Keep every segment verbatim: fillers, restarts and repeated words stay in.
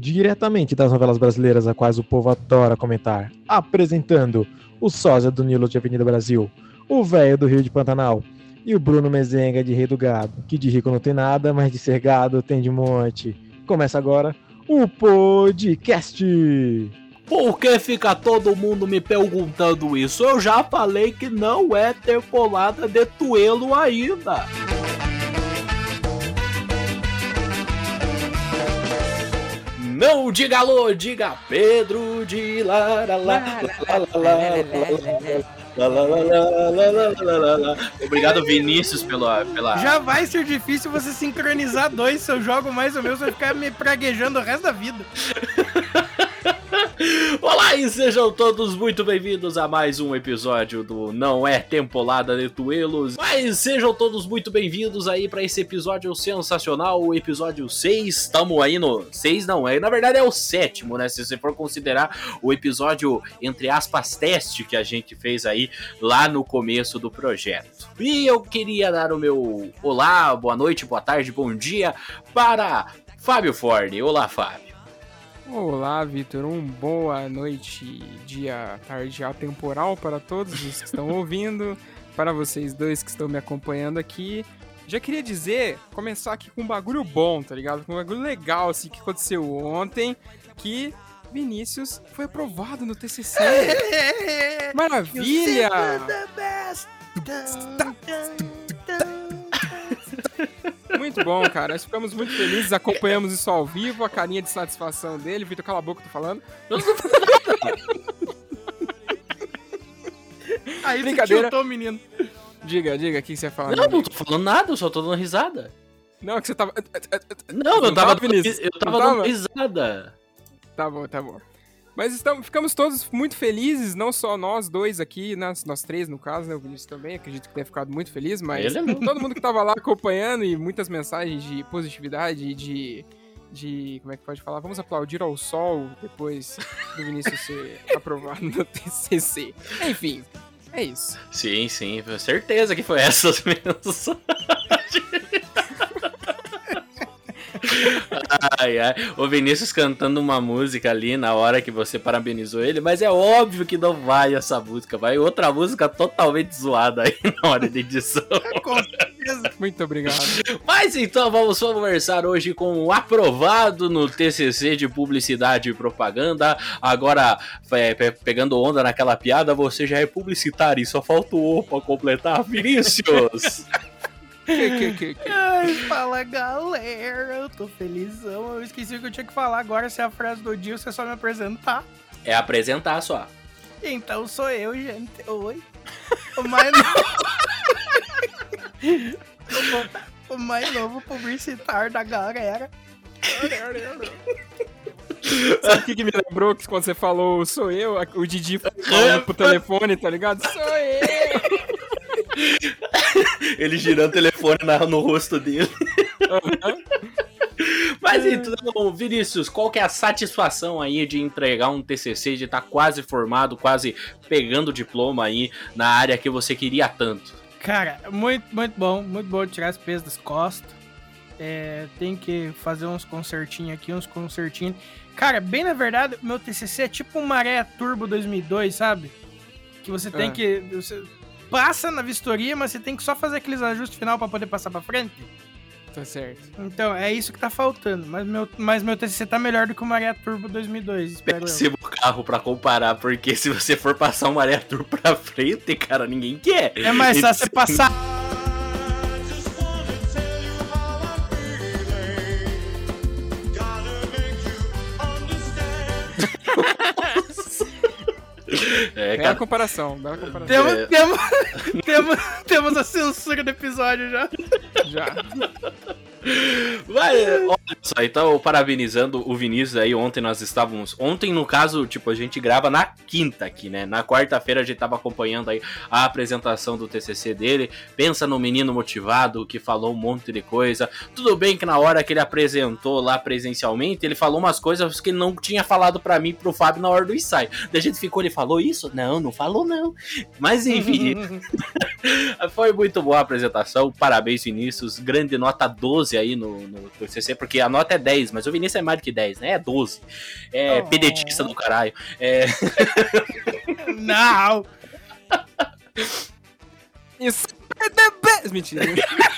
diretamente das novelas brasileiras a quais o povo adora comentar, apresentando o sósia do Nilo de Avenida Brasil, o velho do Rio de Pantanal e o Bruno Mezenga de Rei do Gado, que de rico não tem nada, mas de ser gado tem de monte. Começa agora o podcast. Por que fica todo mundo me perguntando isso? Eu já falei que não é temporada de Tuelo ainda. Não diga alô, diga Pedro de Laralá. Obrigado, Vinícius, pela, pela... Já vai ser difícil você sincronizar dois, se eu jogo mais ou menos, vai ficar me praguejando o resto da vida. Olá e sejam todos muito bem-vindos a mais um episódio do Não é Temporada de Tuelos. Mas sejam todos muito bem-vindos aí para esse episódio sensacional, o episódio seis. Estamos aí no... seis não, é, na verdade é o sétimo, né? Se você for considerar o episódio, entre aspas, teste que a gente fez aí lá no começo do projeto. E eu queria dar o meu olá, boa noite, boa tarde, bom dia para Fábio Ford. Olá, Fábio. Olá, Vitor. Um boa noite, dia, tarde atemporal para todos os que estão ouvindo, para vocês dois que estão me acompanhando aqui. Já queria dizer, começar aqui com um bagulho bom, tá ligado? Com um bagulho legal, assim, que aconteceu ontem, que Vinícius foi aprovado no T C C. Maravilha! Muito bom, cara. Nós ficamos muito felizes, acompanhamos isso ao vivo, a carinha de satisfação dele. Vitor, cala a boca, tô falando. Aí brincadeira. Tiltou, menino. Diga, diga, o que você ia falar? Não, não tô falando nada, eu só tô dando risada. Não, que você tava... Não, não eu tava, tava, dando, eu tava dando risada. Tá bom, tá bom. Mas estamos, ficamos todos muito felizes, não só nós dois aqui, nós, nós três no caso, né? O Vinícius também, acredito que tenha ficado muito feliz, mas todo mundo que tava lá acompanhando e muitas mensagens de positividade, de, de... como é que pode falar? Vamos aplaudir ao sol depois do Vinícius ser aprovado no T C C. Enfim, é isso. Sim, sim, certeza que foi essas mensagens. Ai, ai. O Vinícius cantando uma música ali na hora que você parabenizou ele, mas é óbvio que não vai essa música, vai outra música totalmente zoada aí na hora de edição. Com certeza. Muito obrigado. Mas então vamos conversar hoje com o aprovado no T C C de Publicidade e Propaganda. Agora, é, pegando onda naquela piada, você já é publicitário e só falta o O pra completar, Vinícius. Que, que, que, que. Ai, fala galera, eu tô felizão. Eu esqueci o que eu tinha que falar agora. Se é a frase do dia, você só me apresentar. É apresentar só. Então sou eu, gente. Oi. O mais novo. O mais novo publicitário da galera. Sabe o que, que me lembrou que quando você falou sou eu, o Didi falando pro telefone, tá ligado? Sou eu! Ele girando o telefone na, no rosto dele. Uhum. Mas então, Vinícius, qual que é a satisfação aí de entregar um T C C, de estar tá quase formado, quase pegando o diploma aí na área que você queria tanto? Cara, muito, muito bom, muito bom tirar esse peso das costas. É, tem que fazer uns concertinhos aqui, uns concertinhos. Cara, bem na verdade, meu T C C é tipo um Maré Turbo dois mil e dois, sabe? Que você tem ah. que... Você passa na vistoria, mas você tem que só fazer aqueles ajustes final pra poder passar pra frente. Tá certo. Então, é isso que tá faltando. Mas meu, mas meu T C C tá melhor do que o Maré Turbo dois mil e dois, espero eu. Péssimo carro pra comparar, porque se você for passar um Maré Turbo pra frente, cara, ninguém quer. É mais fácil você passar... É, bela comparação, bela comparação. Temos, é. temos, temos, temos a censura do episódio já. Já. Vai, olha só, então parabenizando o Vinícius aí, ontem nós estávamos, ontem no caso, tipo, a gente grava na quinta aqui, né, na quarta-feira a gente tava acompanhando aí a apresentação do T C C dele. Pensa no menino motivado que falou um monte de coisa, tudo bem que na hora que ele apresentou lá presencialmente, ele falou umas coisas que ele não tinha falado pra mim e pro Fábio na hora do ensaio, daí a gente ficou, ele falou isso? Não, não falou não, mas enfim, foi muito boa a apresentação, parabéns Vinícius, grande nota doze aí no, no T C C, porque a, nota é dez, mas o Vinícius é mais do que dez, né? É doze. É oh. pedetista do caralho. É... Não! Isso é the best! Mentira.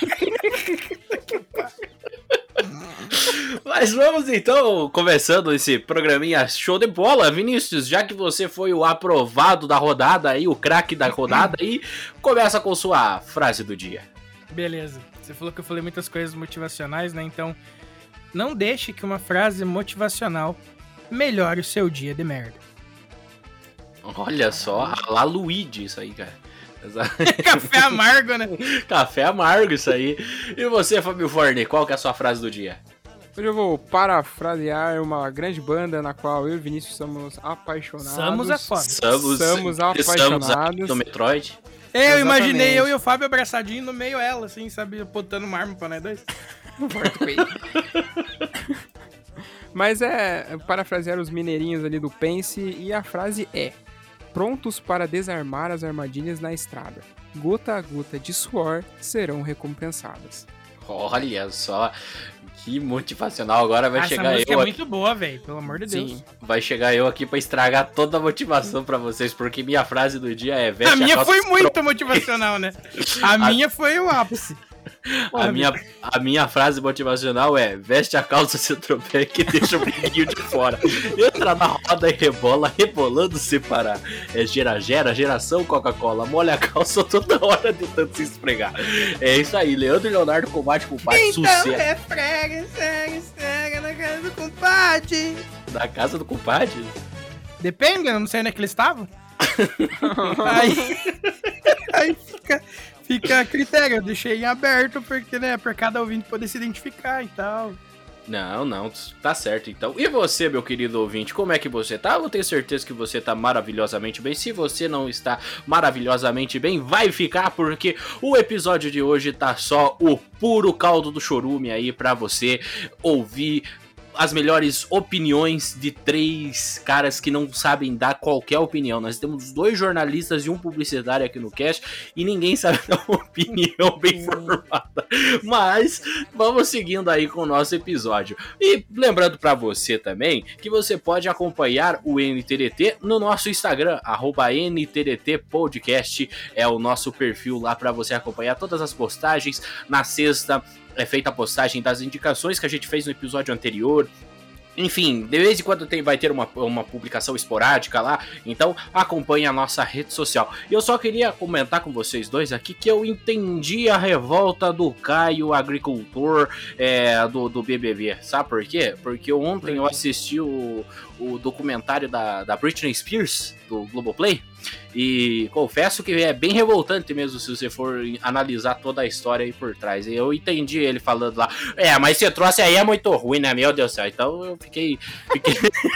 Mas vamos então, começando esse programinha show de bola. Vinícius, já que você foi o aprovado da rodada aí, o craque da rodada aí, começa com sua frase do dia. Beleza. Você falou que eu falei muitas coisas motivacionais, né? Então, não deixe que uma frase motivacional melhore o seu dia de merda. Olha só, a lá Luigi isso aí, cara. Café amargo, né? Café amargo isso aí. E você, Fábio Forne, qual que é a sua frase do dia? Hoje eu vou parafrasear uma grande banda na qual eu e Vinícius somos apaixonados. Somos é foda. Somos, somos apaixonados. Do Metroid. Eu Exatamente. imaginei eu e o Fábio abraçadinho no meio ela, assim, sabe? Botando uma arma pra nós dois. Mas é parafrasear os mineirinhos ali do Pense e a frase é: prontos para desarmar as armadilhas na estrada. Gota a gota de suor serão recompensadas. Olha só, que motivacional. Agora vai Essa chegar música eu é aqui. muito boa, velho, pelo amor de Deus. Sim, vai chegar eu aqui pra estragar toda a motivação pra vocês, porque minha frase do dia é... A minha a foi muito tro... motivacional, né? A, a minha foi o ápice. A minha, a minha frase motivacional é: veste a calça se tropeça que deixa o brilhinho de fora. Entra na roda e rebola, rebolando sem parar. É gera, gera, geração Coca-Cola. Molha a calça toda hora de tanto se esfregar. É isso aí, Leandro e Leonardo combate com o pai. Então refrega, esfrega, esfrega na casa do compadre. Na casa do compadre? Depende, eu não sei onde é que eles estavam. Aí, aí fica... Fica a critério, eu deixei em aberto, porque, né, pra cada ouvinte poder se identificar e tal. Não, não, tá certo então. E você, meu querido ouvinte, como é que você tá? Eu tenho certeza que você tá maravilhosamente bem. Se você não está maravilhosamente bem, vai ficar, porque o episódio de hoje tá só o puro caldo do chorume aí pra você ouvir as melhores opiniões de três caras que não sabem dar qualquer opinião. Nós temos dois jornalistas e um publicitário aqui no cast e ninguém sabe dar uma opinião bem formada. Mas vamos seguindo aí com o nosso episódio. E lembrando pra você também que você pode acompanhar o N T D T no nosso Instagram, arroba N T D T Podcast, é o nosso perfil lá pra você acompanhar todas as postagens. Na sexta é feita a postagem das indicações que a gente fez no episódio anterior. Enfim, de vez em quando tem, vai ter uma, uma publicação esporádica lá, então acompanhe a nossa rede social. E eu só queria comentar com vocês dois aqui que eu entendi a revolta do Caio, agricultor, é, do, do B B B. Sabe por quê? Porque ontem eu assisti o, o documentário da, da Britney Spears, do Globoplay, e confesso que é bem revoltante mesmo se você for analisar toda a história aí por trás. Eu entendi ele falando lá, é, mas você trouxe aí é muito ruim, né, meu Deus do céu. Então eu fiquei... fiquei...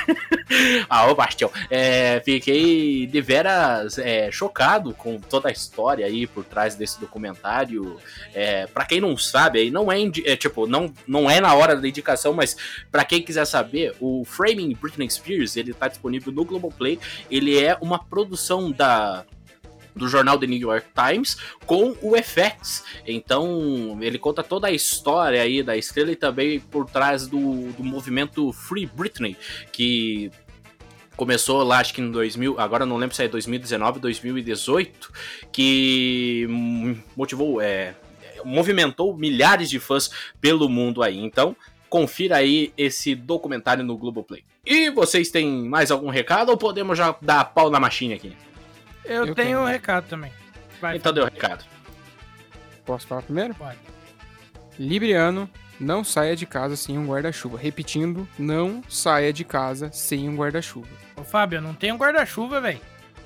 ah, ô Bastião, é, fiquei de veras é, chocado com toda a história aí por trás desse documentário. É, pra quem não sabe, aí não é, é tipo, não, não é na hora da indicação, mas pra quem quiser saber, o Framing Britney Spears, ele tá disponível no Globoplay. Ele é uma produção da... do jornal The New York Times com o F X. Então ele conta toda a história aí da estrela e também por trás do, do movimento Free Britney, que começou lá acho que em dois mil, agora não lembro se é dois mil e dezenove, dois mil e dezoito, que motivou, é, movimentou milhares de fãs pelo mundo aí. Então confira aí esse documentário no Globoplay. E vocês têm mais algum recado ou podemos já dar pau na machinha aqui? Eu, eu tenho, tenho um recado também. Vai, então deu o recado. Posso falar primeiro? Pode. Libriano, não saia de casa sem um guarda-chuva. Repetindo, não saia de casa sem um guarda-chuva. Ô Fábio, eu não tenho guarda-chuva, velho.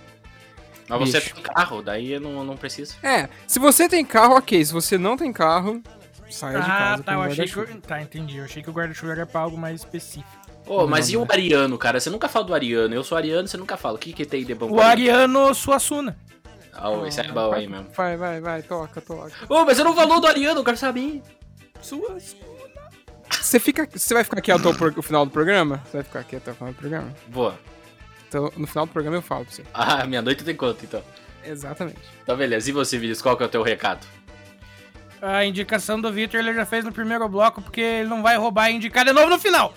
Mas você Bicho. tem carro, daí eu não, não preciso. É, se você tem carro, ok. Se você não tem carro, saia ah, de casa tá, com um eu achei guarda-chuva. que... Tá, entendi. Eu achei que o guarda-chuva era pra algo mais específico. Ô, oh, mas não, e o Ariano, cara? Você nunca fala do Ariano. Eu sou Ariano, você nunca fala. O que que tem de bom? O Ariano Suassuna. Ah, oh, esse é bom aí mesmo. Vai, vai, vai, toca, toca. Ô, oh, mas você não falou do Ariano, eu quero saber. Suassuna. Você fica, você vai ficar aqui até o final do programa? Você vai ficar aqui até o final do programa? Boa. Então, no final do programa eu falo pra você. Ah, meia-noite tem conta, então. Exatamente. Então, beleza. E você, Vinícius, qual que é o teu recado? A indicação do Victor ele já fez no primeiro bloco, porque ele não vai roubar e indicar de novo no final.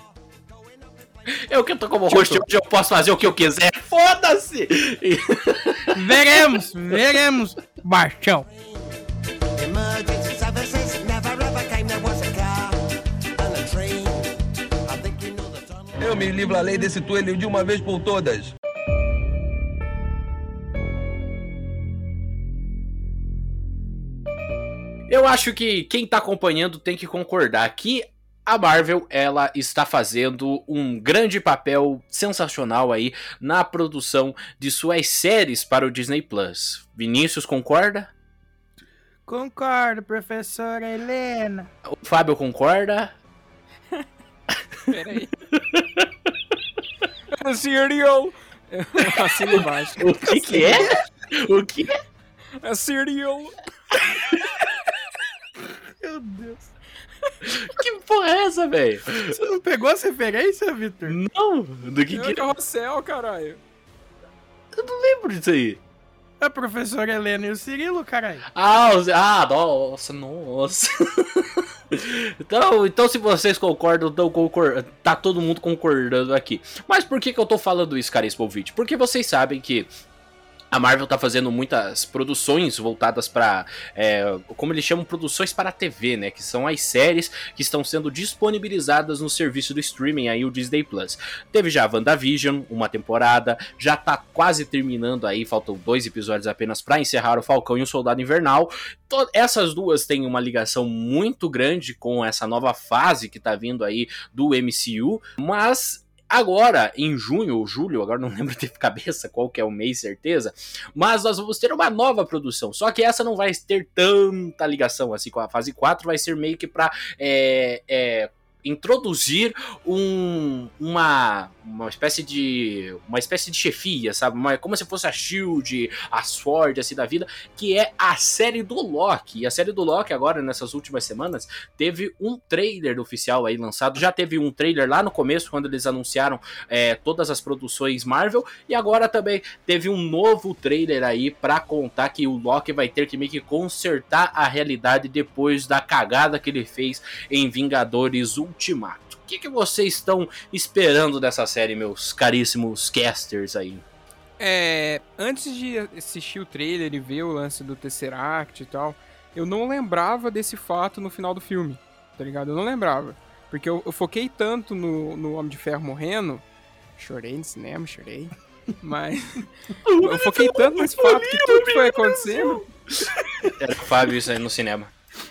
Eu que tô como host, hoje eu posso fazer o que eu quiser. Foda-se! Veremos, veremos, Barchão. Eu me livro a lei desse túnel de uma vez por todas. Eu acho que quem tá acompanhando tem que concordar que a Marvel, ela está fazendo um grande papel sensacional aí na produção de suas séries para o Disney Plus. Vinícius, concorda? Concordo, professora Helena. O Fábio concorda? Peraí. Cereal. Assim embaixo. O que que é? O que? É cereal. Meu Deus. Que porra é essa, velho? Você não pegou essa referência, Victor? Não. Do que É que... o carrossel, caralho. Eu não lembro disso aí. A professora Helena e o Cirilo, caralho. Ah, os... ah, nossa, nossa. Então, então, se vocês concordam, então concor... tá todo mundo concordando aqui. Mas por que que eu tô falando isso, caríssimo ouvinte? Porque vocês sabem que a Marvel tá fazendo muitas produções voltadas para, é, como eles chamam, produções para a T V, né? Que são as séries que estão sendo disponibilizadas no serviço do streaming aí, o Disney Plus. Teve já a WandaVision, uma temporada, já tá quase terminando aí, faltam dois episódios apenas para encerrar o Falcão e o Soldado Invernal. To- essas duas têm uma ligação muito grande com essa nova fase que tá vindo aí do M C U, mas... Agora, em junho ou julho, agora não lembro de cabeça qual que é o mês, certeza, mas nós vamos ter uma nova produção, só que essa não vai ter tanta ligação assim com a fase quatro, vai ser meio que pra é, é, introduzir um, uma, uma espécie de uma espécie de chefia, sabe, uma, como se fosse a Shield, a Sword, assim da vida, que é a série do Loki. E a série do Loki agora, nessas últimas semanas, teve um trailer oficial aí lançado, já teve um trailer lá no começo, quando eles anunciaram é, todas as produções Marvel, e agora também teve um novo trailer aí pra contar que o Loki vai ter que meio que consertar a realidade depois da cagada que ele fez em Vingadores Ultimato. O que, que vocês estão esperando dessa série, meus caríssimos casters aí? É, antes de assistir o trailer e ver o lance do Tesseract e tal, eu não lembrava desse fato no final do filme, tá ligado? Eu não lembrava. Porque eu, eu foquei tanto no, no Homem de Ferro morrendo, chorei no cinema, chorei, mas eu foquei tanto nesse fato que tudo que foi acontecendo... Era o Fábio isso aí no cinema.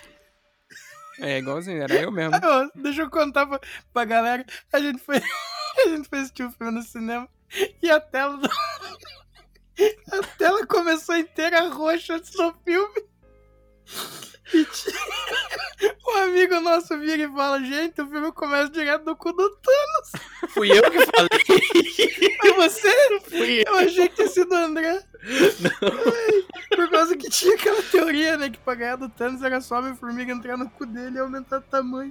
É, igualzinho, era eu mesmo. Ô, deixa eu contar pra, pra galera. A gente foi. A gente foi assistir o filme no cinema e a tela do... A tela começou inteira roxa antes do filme. E tinha... Um amigo nosso vira e fala: gente, o filme começa direto do cu do Thanos. Fui eu que falei. Foi você? Fui Eu achei que tinha sido o André. Ai, por causa que tinha aquela teoria, né? Que pra ganhar do Thanos era só a formiga entrar no cu dele e aumentar o tamanho.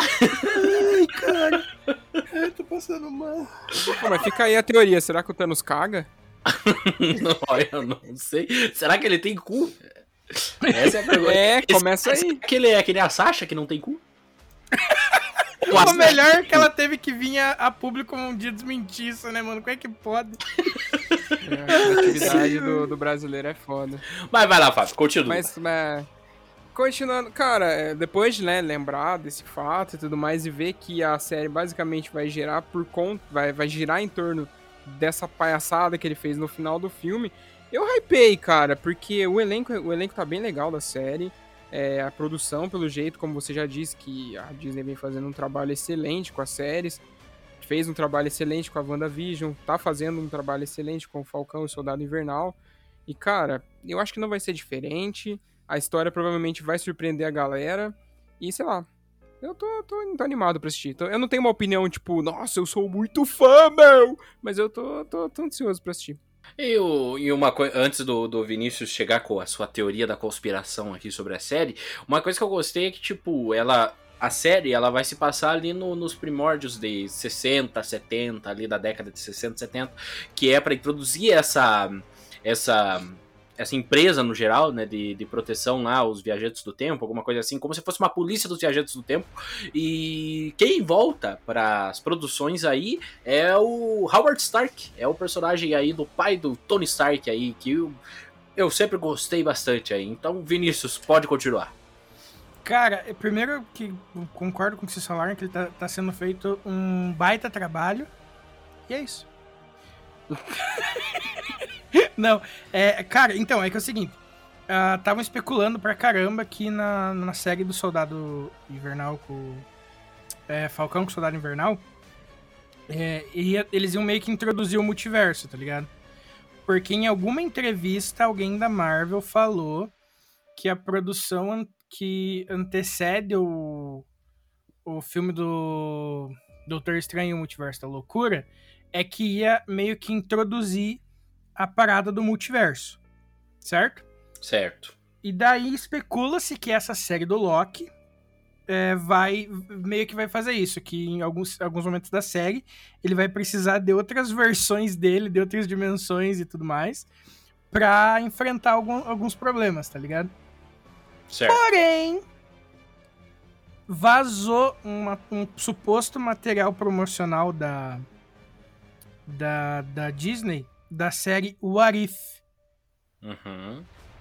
Ai, cara. Ai, tô passando mal. Pô, mas fica aí a teoria, será que o Thanos caga? Não, eu não sei. Será que ele tem cu? Essa é a pergunta. É, começa Esse, aí. Será que ele é que nem a Sasha que não tem cu? O melhor é que ela teve que vir a, a público um dia desmentir isso, né, mano? Como é que pode? É, a atividade do, do brasileiro é foda. Mas vai lá, Fábio, continua. Mas, mas continuando, cara, é, depois de, né, lembrar desse fato e tudo mais e ver que a série basicamente vai gerar por conta, vai, vai girar em torno dessa palhaçada que ele fez no final do filme, eu hypei, cara, porque o elenco, o elenco tá bem legal da série. É, a produção, pelo jeito, como você já disse, que a Disney vem fazendo um trabalho excelente com as séries, fez um trabalho excelente com a WandaVision, tá fazendo um trabalho excelente com o Falcão e o Soldado Invernal, e cara, eu acho que não vai ser diferente, a história provavelmente vai surpreender a galera, e sei lá, eu tô, tô, tô animado pra assistir. Eu não tenho uma opinião tipo, nossa, eu sou muito fã, meu, mas eu tô, tô, tô ansioso pra assistir. E, o, e uma coisa, antes do, do Vinícius chegar com a sua teoria da conspiração aqui sobre a série, uma coisa que eu gostei é que, tipo, ela, a série, ela vai se passar ali no, nos primórdios de sessenta, setenta, ali da década de sessenta, setenta, que é pra introduzir essa, essa, essa empresa no geral, né, de, de proteção lá aos viajantes do tempo, alguma coisa assim, como se fosse uma polícia dos viajantes do tempo. E quem volta para as produções aí é o Howard Stark, é o personagem aí do pai do Tony Stark aí, que eu, eu sempre gostei bastante aí. Então, Vinícius, pode continuar. Cara, primeiro que eu concordo com o que vocês falaram, que ele tá, tá sendo feito um baita trabalho, e é isso. Não, é, cara, então, é que é o seguinte, estavam uh, especulando pra caramba que na, na série do Soldado Invernal, com é, Falcão com o Soldado Invernal, é, ia, eles iam meio que introduzir o multiverso, tá ligado? Porque em alguma entrevista alguém da Marvel falou que a produção an- que antecede o, o filme do Doutor Estranho e o Multiverso da Loucura é que ia meio que introduzir a parada do multiverso, certo? Certo. E daí especula-se que essa série do Loki é, vai meio que vai fazer isso, que em alguns, alguns momentos da série ele vai precisar de outras versões dele, de outras dimensões e tudo mais, pra enfrentar algum, alguns problemas, tá ligado? Certo. Porém, vazou uma, um suposto material promocional da, da, da Disney, da série What If, Uhum.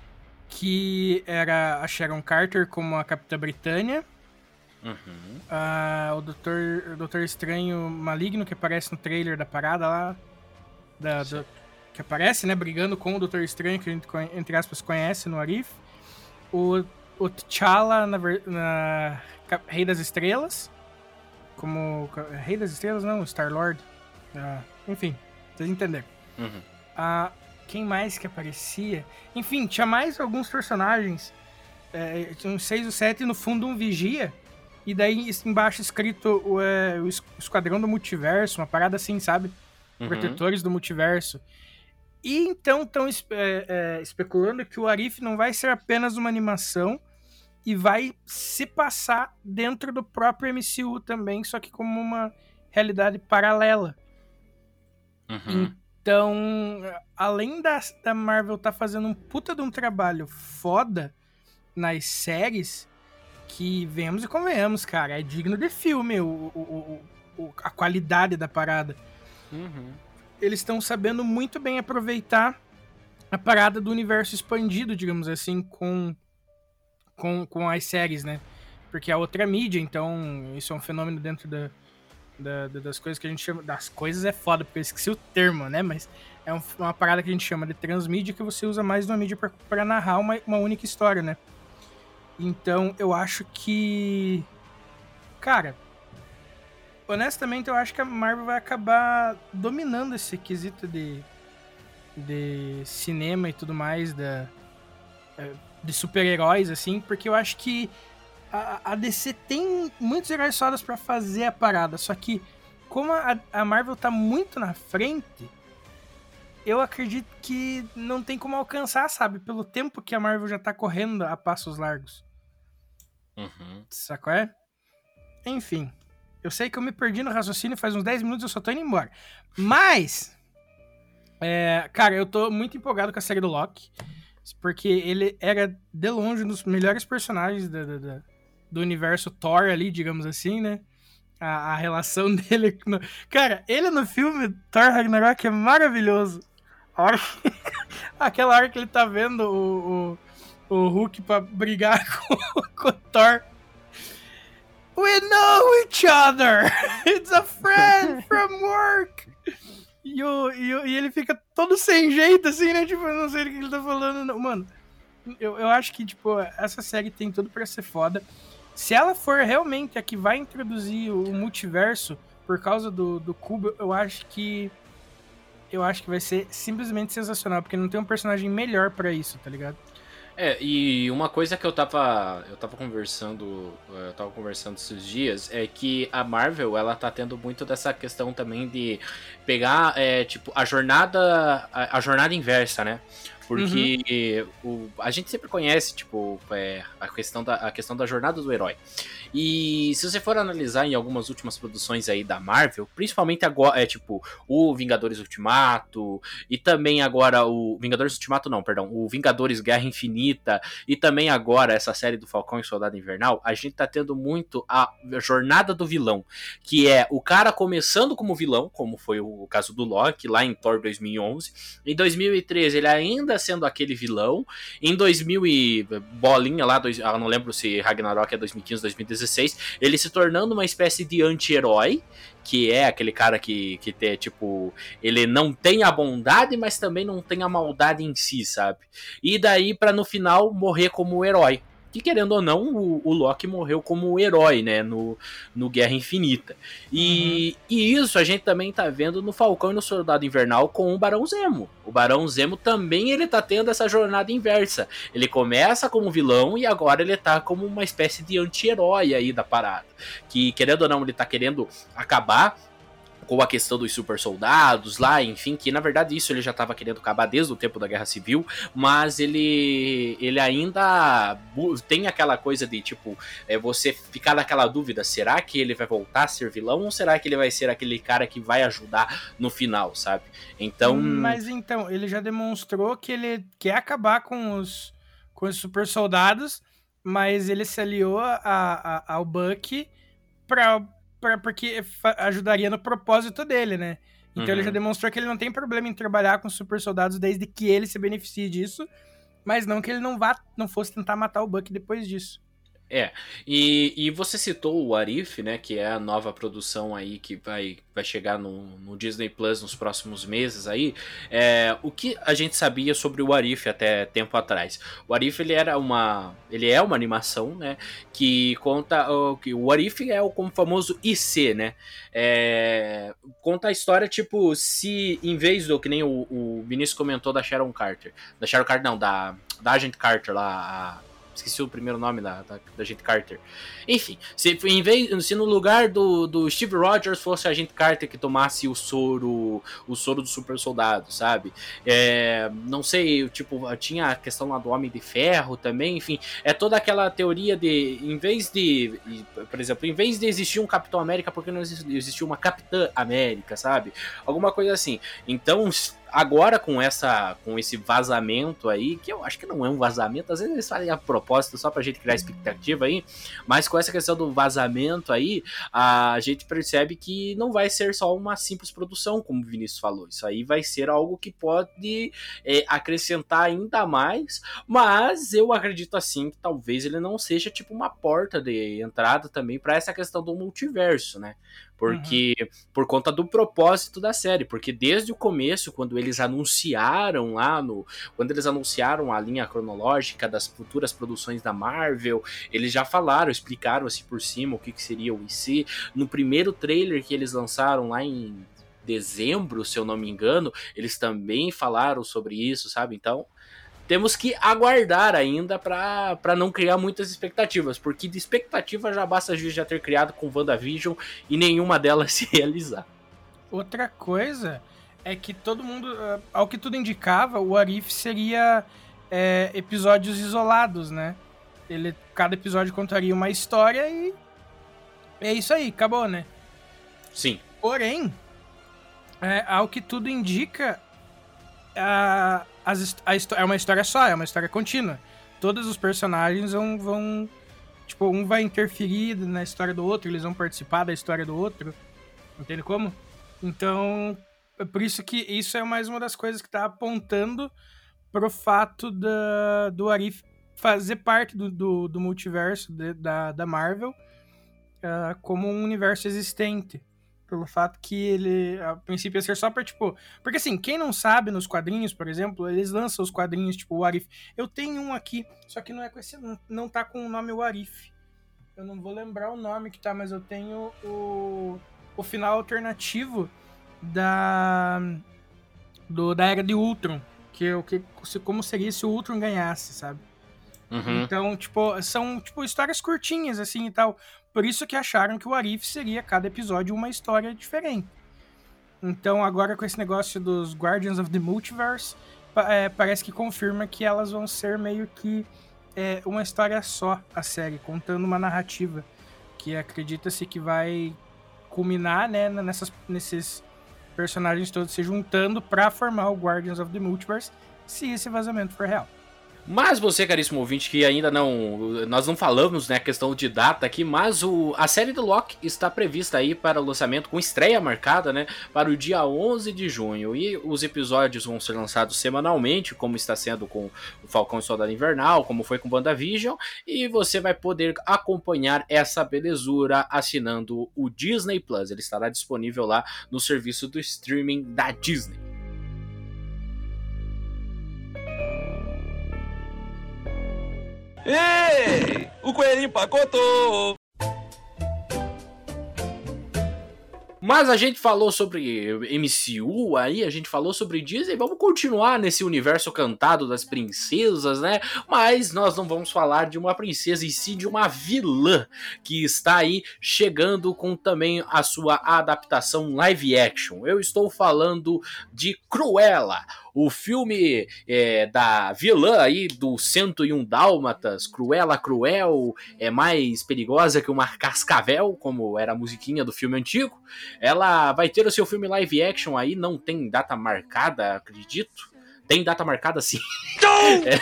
que era a Sharon Carter como a Capitã Britânia, Uhum. a, o Doutor, o Doutor Estranho Maligno, que aparece no trailer da parada lá, da, do, que aparece, né, brigando com o Doutor Estranho, que a gente, entre aspas, conhece no What If, o, o T'Challa na, na Rei das Estrelas, como... Rei das Estrelas, não, Star-Lord, ah, enfim, vocês entenderam. Uhum. Ah, quem mais que aparecia? Enfim, tinha mais alguns personagens. É, tinha uns seis ou sete, e no fundo um vigia. E daí embaixo escrito o, é, o Esquadrão do Multiverso, uma parada assim, sabe? Uhum. Protetores do Multiverso. E então estão é, é, especulando que o Arif não vai ser apenas uma animação e vai se passar dentro do próprio M C U também, só que como uma realidade paralela. Uhum. Então, além da, da Marvel tá fazendo um puta de um trabalho foda nas séries, que venhamos e convenhamos, cara, é digno de filme o, o, o, o, a qualidade da parada. Uhum. Eles estão sabendo muito bem aproveitar a parada do universo expandido, digamos assim, com, com, com as séries, né? Porque é outra mídia, então isso é um fenômeno dentro da... Da, das coisas que a gente chama... Das coisas é foda, porque eu esqueci o termo, né? Mas é um, uma parada que a gente chama de transmídia, que você usa mais de uma mídia pra, pra narrar uma, uma única história, né? Então, eu acho que... Cara, honestamente, eu acho que a Marvel vai acabar dominando esse quesito de, de cinema e tudo mais, da, de super-heróis, assim, porque eu acho que a D C tem muitos heróis fodas pra fazer a parada, só que como a, a Marvel tá muito na frente, eu acredito que não tem como alcançar, sabe? Pelo tempo que a Marvel já tá correndo a passos largos. Uhum. Sacou, é? Enfim, eu sei que eu me perdi no raciocínio faz uns dez minutos, eu só tô indo embora. Mas, é, cara, eu tô muito empolgado com a série do Loki, porque ele era, de longe, um dos melhores personagens da... da, da do universo Thor ali, digamos assim, né? A, a relação dele... No... Cara, ele no filme Thor Ragnarok é maravilhoso. A hora que... Aquela hora que ele tá vendo o, o, o Hulk pra brigar com, com o Thor. We know each other! It's a friend from work! E, o, e, o, e ele fica todo sem jeito, assim, né? Tipo, eu não sei o que ele tá falando, não. Mano, eu, eu acho que, tipo, essa série tem tudo pra ser foda. Se ela for realmente a que vai introduzir o multiverso por causa do, do cubo, eu acho que eu acho que vai ser simplesmente sensacional, porque não tem um personagem melhor pra isso, tá ligado? É, e uma coisa que eu tava eu tava conversando, eu tava conversando esses dias é que a Marvel, ela tá tendo muito dessa questão também de pegar, é, tipo, a jornada a, a jornada inversa, né? Porque uhum. o, a gente sempre conhece, tipo, é, a, questão da, a questão da jornada do herói. E se você for analisar em algumas últimas produções aí da Marvel, principalmente agora, é tipo, o Vingadores Ultimato, e também agora o... Vingadores Ultimato não, perdão, o Vingadores Guerra Infinita, e também agora essa série do Falcão e Soldado Invernal, a gente tá tendo muito a jornada do vilão, que é o cara começando como vilão, como foi o caso do Loki, lá em Thor dois mil e onze, em dois mil e treze ele ainda sendo aquele vilão, em dois mil e bolinha lá, dois, eu não lembro se Ragnarok é dois mil e quinze, dois mil e dezesseis, ele se tornando uma espécie de anti-herói, que é aquele cara que, que tem, tipo, ele não tem a bondade, mas também não tem a maldade em si, sabe? E daí pra no final morrer como herói. Que querendo ou não, o, o Loki morreu como herói, né, no, no Guerra Infinita. E, uhum. e isso a gente também tá vendo no Falcão e no Soldado Invernal com o Barão Zemo. O Barão Zemo também ele tá tendo essa jornada inversa. Ele começa como vilão e agora ele tá como uma espécie de anti-herói aí da parada. Que querendo ou não, ele tá querendo acabar com a questão dos super soldados lá, enfim, que na verdade isso ele já estava querendo acabar desde o tempo da Guerra Civil, mas ele ele ainda tem aquela coisa de, tipo, é, você ficar naquela dúvida, será que ele vai voltar a ser vilão ou será que ele vai ser aquele cara que vai ajudar no final, sabe? Então... Mas então, ele já demonstrou que ele quer acabar com os, com os super soldados, mas ele se aliou a, a, ao Bucky pra... porque ajudaria no propósito dele, né? Então uhum. ele já demonstrou que ele não tem problema em trabalhar com super soldados desde que ele se beneficie disso, mas não que ele não vá, não fosse tentar matar o Bucky depois disso. É, e, e você citou o Arif, né, que é a nova produção aí que vai, vai chegar no, no Disney Plus nos próximos meses aí. É, o que a gente sabia sobre o Arif até tempo atrás? O Arif, ele era uma, ele é uma animação, né, que conta, o, que o Arif é o como famoso I C, né, é, conta a história, tipo, se em vez do, que nem o, o Vinícius comentou da Sharon Carter, da Sharon Carter não, da, da Agent Carter lá, a esqueci o primeiro nome da, da, da Agent Carter. Enfim, se, em vez, se no lugar do, do Steve Rogers fosse a Agent Carter que tomasse o soro, o soro do super soldado, sabe? É, não sei, tipo, tinha a questão lá do Homem de Ferro também, enfim, é toda aquela teoria de, em vez de, por exemplo, em vez de existir um Capitão América, por que não existiu uma Capitã América, sabe? Alguma coisa assim. Então, agora com essa, com esse vazamento aí, que eu acho que não é um vazamento, às vezes eles fazem a propósito só pra gente criar expectativa aí, mas com essa questão do vazamento aí, a gente percebe que não vai ser só uma simples produção, como o Vinícius falou, isso aí vai ser algo que pode é, acrescentar ainda mais, mas eu acredito assim que talvez ele não seja tipo uma porta de entrada também pra essa questão do multiverso, né? Porque, uhum. por conta do propósito da série, porque desde o começo, quando eles anunciaram lá no, quando eles anunciaram a linha cronológica das futuras produções da Marvel, eles já falaram, explicaram assim por cima o que, que seria o I C. No primeiro trailer que eles lançaram lá em dezembro, se eu não me engano, eles também falaram sobre isso, sabe? Então, temos que aguardar ainda para não criar muitas expectativas, porque de expectativa já basta a gente já ter criado com WandaVision e nenhuma delas se realizar. Outra coisa é que todo mundo, ao que tudo indicava, o Arif seria é, episódios isolados, né? Ele, cada episódio contaria uma história e é isso aí, acabou, né? Sim. Porém, é, ao que tudo indica, a... As, a, é uma história só, é uma história contínua. Todos os personagens vão, vão... Tipo, um vai interferir na história do outro, eles vão participar da história do outro. Entende como? Então, é por isso que isso é mais uma das coisas que tá apontando pro fato da, do Arif fazer parte do, do, do multiverso de, da, da Marvel uh, como um universo existente. Pelo fato que ele, a princípio, ia ser só pra, tipo... Porque, assim, quem não sabe, nos quadrinhos, por exemplo, eles lançam os quadrinhos, tipo, o Arif. Eu tenho um aqui, só que não é com esse... Não, não tá com o nome o Arif. Eu não vou lembrar o nome que tá, mas eu tenho o... O final alternativo da... Do, da Era de Ultron. Que é o que... Como seria se o Ultron ganhasse, sabe? Uhum. Então, tipo, são, tipo, histórias curtinhas, assim, e tal... Por isso que acharam que o Arif seria cada episódio uma história diferente. Então agora com esse negócio dos Guardians of the Multiverse, é, parece que confirma que elas vão ser meio que é, uma história só, a série, contando uma narrativa que acredita-se que vai culminar, né, nessas, nesses personagens todos se juntando pra formar o Guardians of the Multiverse, se esse vazamento for real. Mas você, caríssimo ouvinte, que ainda não... Nós não falamos, né, a questão de data aqui, mas o, a série do Loki está prevista aí para o lançamento, com estreia marcada, né, para o dia onze de junho. E os episódios vão ser lançados semanalmente, como está sendo com o Falcão e Soldado Invernal, como foi com WandaVision. E você vai poder acompanhar essa belezura assinando o Disney Plus. Ele estará disponível lá no serviço do streaming da Disney. Ei, o coelhinho empacotou! Mas a gente falou sobre M C U aí, a gente falou sobre Disney, vamos continuar nesse universo cantado das princesas, né? Mas nós não vamos falar de uma princesa, e sim de uma vilã que está aí chegando com também a sua adaptação live action. Eu estou falando de Cruella, o filme é, da vilã aí do cento e um Dálmatas. Cruella Cruel é mais perigosa que uma cascavel, como era a musiquinha do filme antigo. Ela vai ter o seu filme live action aí, não tem data marcada, acredito. Tem data marcada sim. É.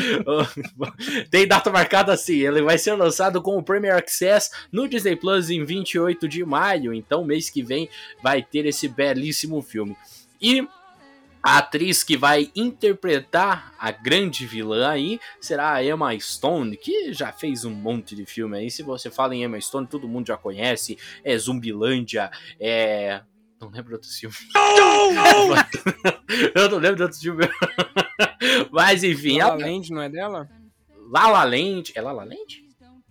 Tem data marcada sim. Ele vai ser lançado com o Premier Access no Disney Plus em vinte e oito de maio. Então, mês que vem vai ter esse belíssimo filme. E a atriz que vai interpretar a grande vilã aí será a Emma Stone, que já fez um monte de filme aí. Se você fala em Emma Stone, todo mundo já conhece. É Zumbilândia, é... Não lembro de outros filmes. Não, não! Eu não lembro de outros filmes. Mas enfim... La La ela... Land não é dela? La La Land... É La La Land?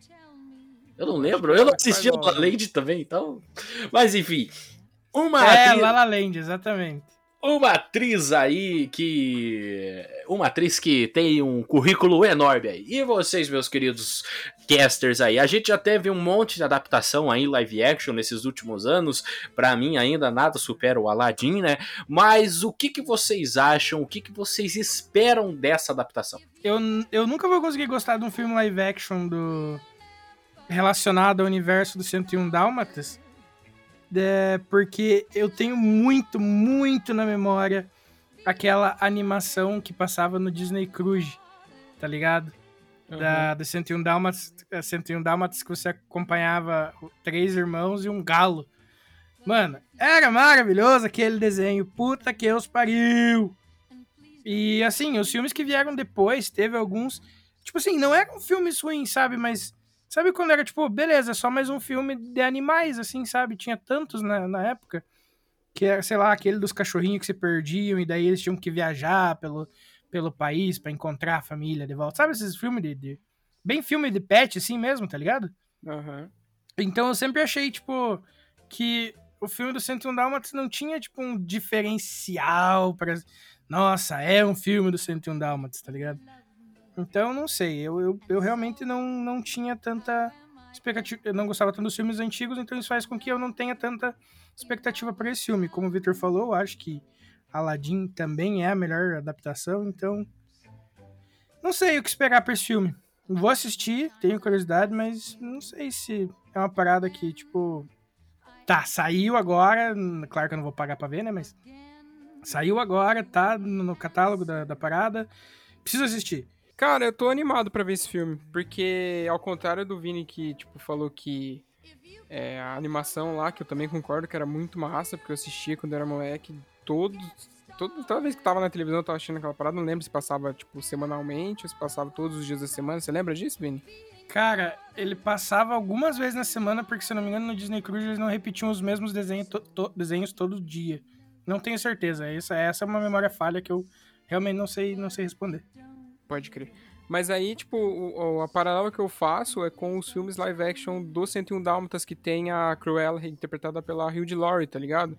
Eu não lembro. Eu não assisti a La La Land também, então... Mas enfim... Uma é, atriz... La La Land, exatamente. Uma atriz aí que... Uma atriz que tem um currículo enorme aí. E vocês, meus queridos casters aí? A gente já teve um monte de adaptação aí, live action, nesses últimos anos. Pra mim, ainda nada supera o Aladdin, né? Mas o que, que vocês acham? O que, que vocês esperam dessa adaptação? Eu, eu nunca vou conseguir gostar de um filme live action do... relacionado ao universo do cento e um Dálmatas. É, porque eu tenho muito, muito na memória aquela animação que passava no Disney Cruise, tá ligado? Uhum. Da, da cento e um Dálmatas, cento e um Dálmatas, que você acompanhava três irmãos e um galo. Mano, era maravilhoso aquele desenho, puta que os pariu! E assim, os filmes que vieram depois, teve alguns, tipo assim, não eram filmes ruins, sabe, mas... Sabe quando era, tipo, beleza, só mais um filme de animais, assim, sabe? Tinha tantos na, na época, que era, sei lá, aquele dos cachorrinhos que se perdiam, e daí eles tinham que viajar pelo, pelo país pra encontrar a família de volta. Sabe esses filmes de... de bem filme de pet, assim mesmo, tá ligado? Uhum. Então eu sempre achei, tipo, que o filme do cento e um Dálmatas não tinha, tipo, um diferencial pra... Nossa, é um filme do cento e um Dálmatas, tá ligado? Então, não sei, eu, eu, eu realmente não, não tinha tanta expectativa, eu não gostava tanto dos filmes antigos, então isso faz com que eu não tenha tanta expectativa para esse filme. Como o Victor falou, eu acho que Aladdin também é a melhor adaptação, então não sei o que esperar para esse filme. Vou assistir, tenho curiosidade, mas não sei se é uma parada que, tipo, tá, saiu agora, claro que eu não vou pagar pra ver, né, mas saiu agora, tá no catálogo da, da parada, preciso assistir. Cara, eu tô animado pra ver esse filme, porque ao contrário do Vini que, tipo, falou que é, a animação lá, que eu também concordo que era muito massa, porque eu assistia quando eu era moleque, todos, todo, toda vez que tava na televisão eu tava assistindo aquela parada, não lembro se passava, tipo, semanalmente ou se passava todos os dias da semana, você lembra disso, Vini? Cara, ele passava algumas vezes na semana, porque se eu não me engano no Disney Cruise eles não repetiam os mesmos desenhos, to, to, desenhos todo dia. Não tenho certeza, essa, essa é uma memória falha que eu realmente não sei, não sei responder. Pode crer. Mas aí, tipo, o, a paralela que eu faço é com os filmes live action do cento e um Dálmatas, que tem a Cruella interpretada pela Hugh Laurie, tá ligado?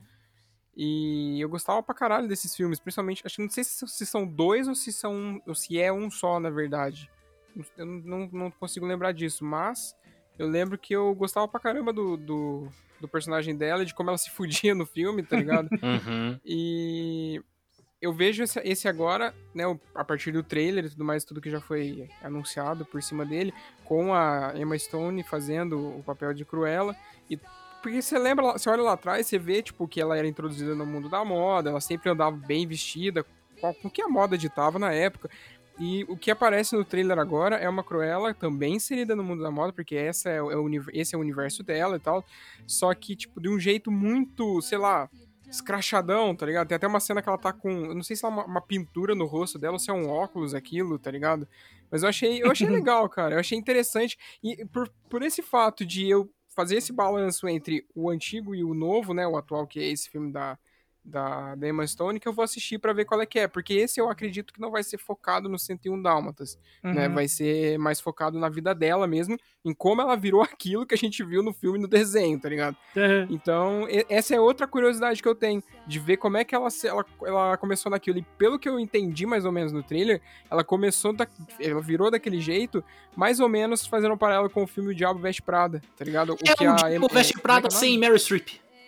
E eu gostava pra caralho desses filmes, principalmente, acho que não sei se, se são dois ou se, são, ou se é um só, na verdade. Eu não, não consigo lembrar disso, mas eu lembro que eu gostava pra caramba do, do, do personagem dela, de como ela se fudia no filme, tá ligado? Uhum. E... eu vejo esse, esse agora, né, a partir do trailer e tudo mais, tudo que já foi anunciado por cima dele, com a Emma Stone fazendo o papel de Cruella, e porque você lembra, você olha lá atrás, você vê, tipo, que ela era introduzida no mundo da moda, ela sempre andava bem vestida, com o que a moda ditava na época, e o que aparece no trailer agora é uma Cruella também inserida no mundo da moda, porque essa é o, é o, esse é o universo dela e tal, só que, tipo, de um jeito muito, sei lá, escrachadão, tá ligado? Tem até uma cena que ela tá com, eu não sei se é uma, uma pintura no rosto dela ou se é um óculos aquilo, tá ligado? Mas eu achei, eu achei legal, cara, eu achei interessante, e por, por esse fato de eu fazer esse balanço entre o antigo e o novo, né, o atual, que é esse filme da, da, da Emma Stone, que eu vou assistir pra ver qual é que é, porque esse eu acredito que não vai ser focado no cento e um Dálmatas, uhum. né, vai ser mais focado na vida dela mesmo, em como ela virou aquilo que a gente viu no filme e no desenho, tá ligado? Uhum. Então, essa é outra curiosidade que eu tenho, de ver como é que ela, ela, ela começou naquilo, e pelo que eu entendi mais ou menos no trailer, ela começou, da, ela virou daquele jeito, mais ou menos fazendo um paralelo com o filme O Diabo Veste Prada, tá ligado? O é que o a Diabo é, Veste Prada é sem Meryl Streep.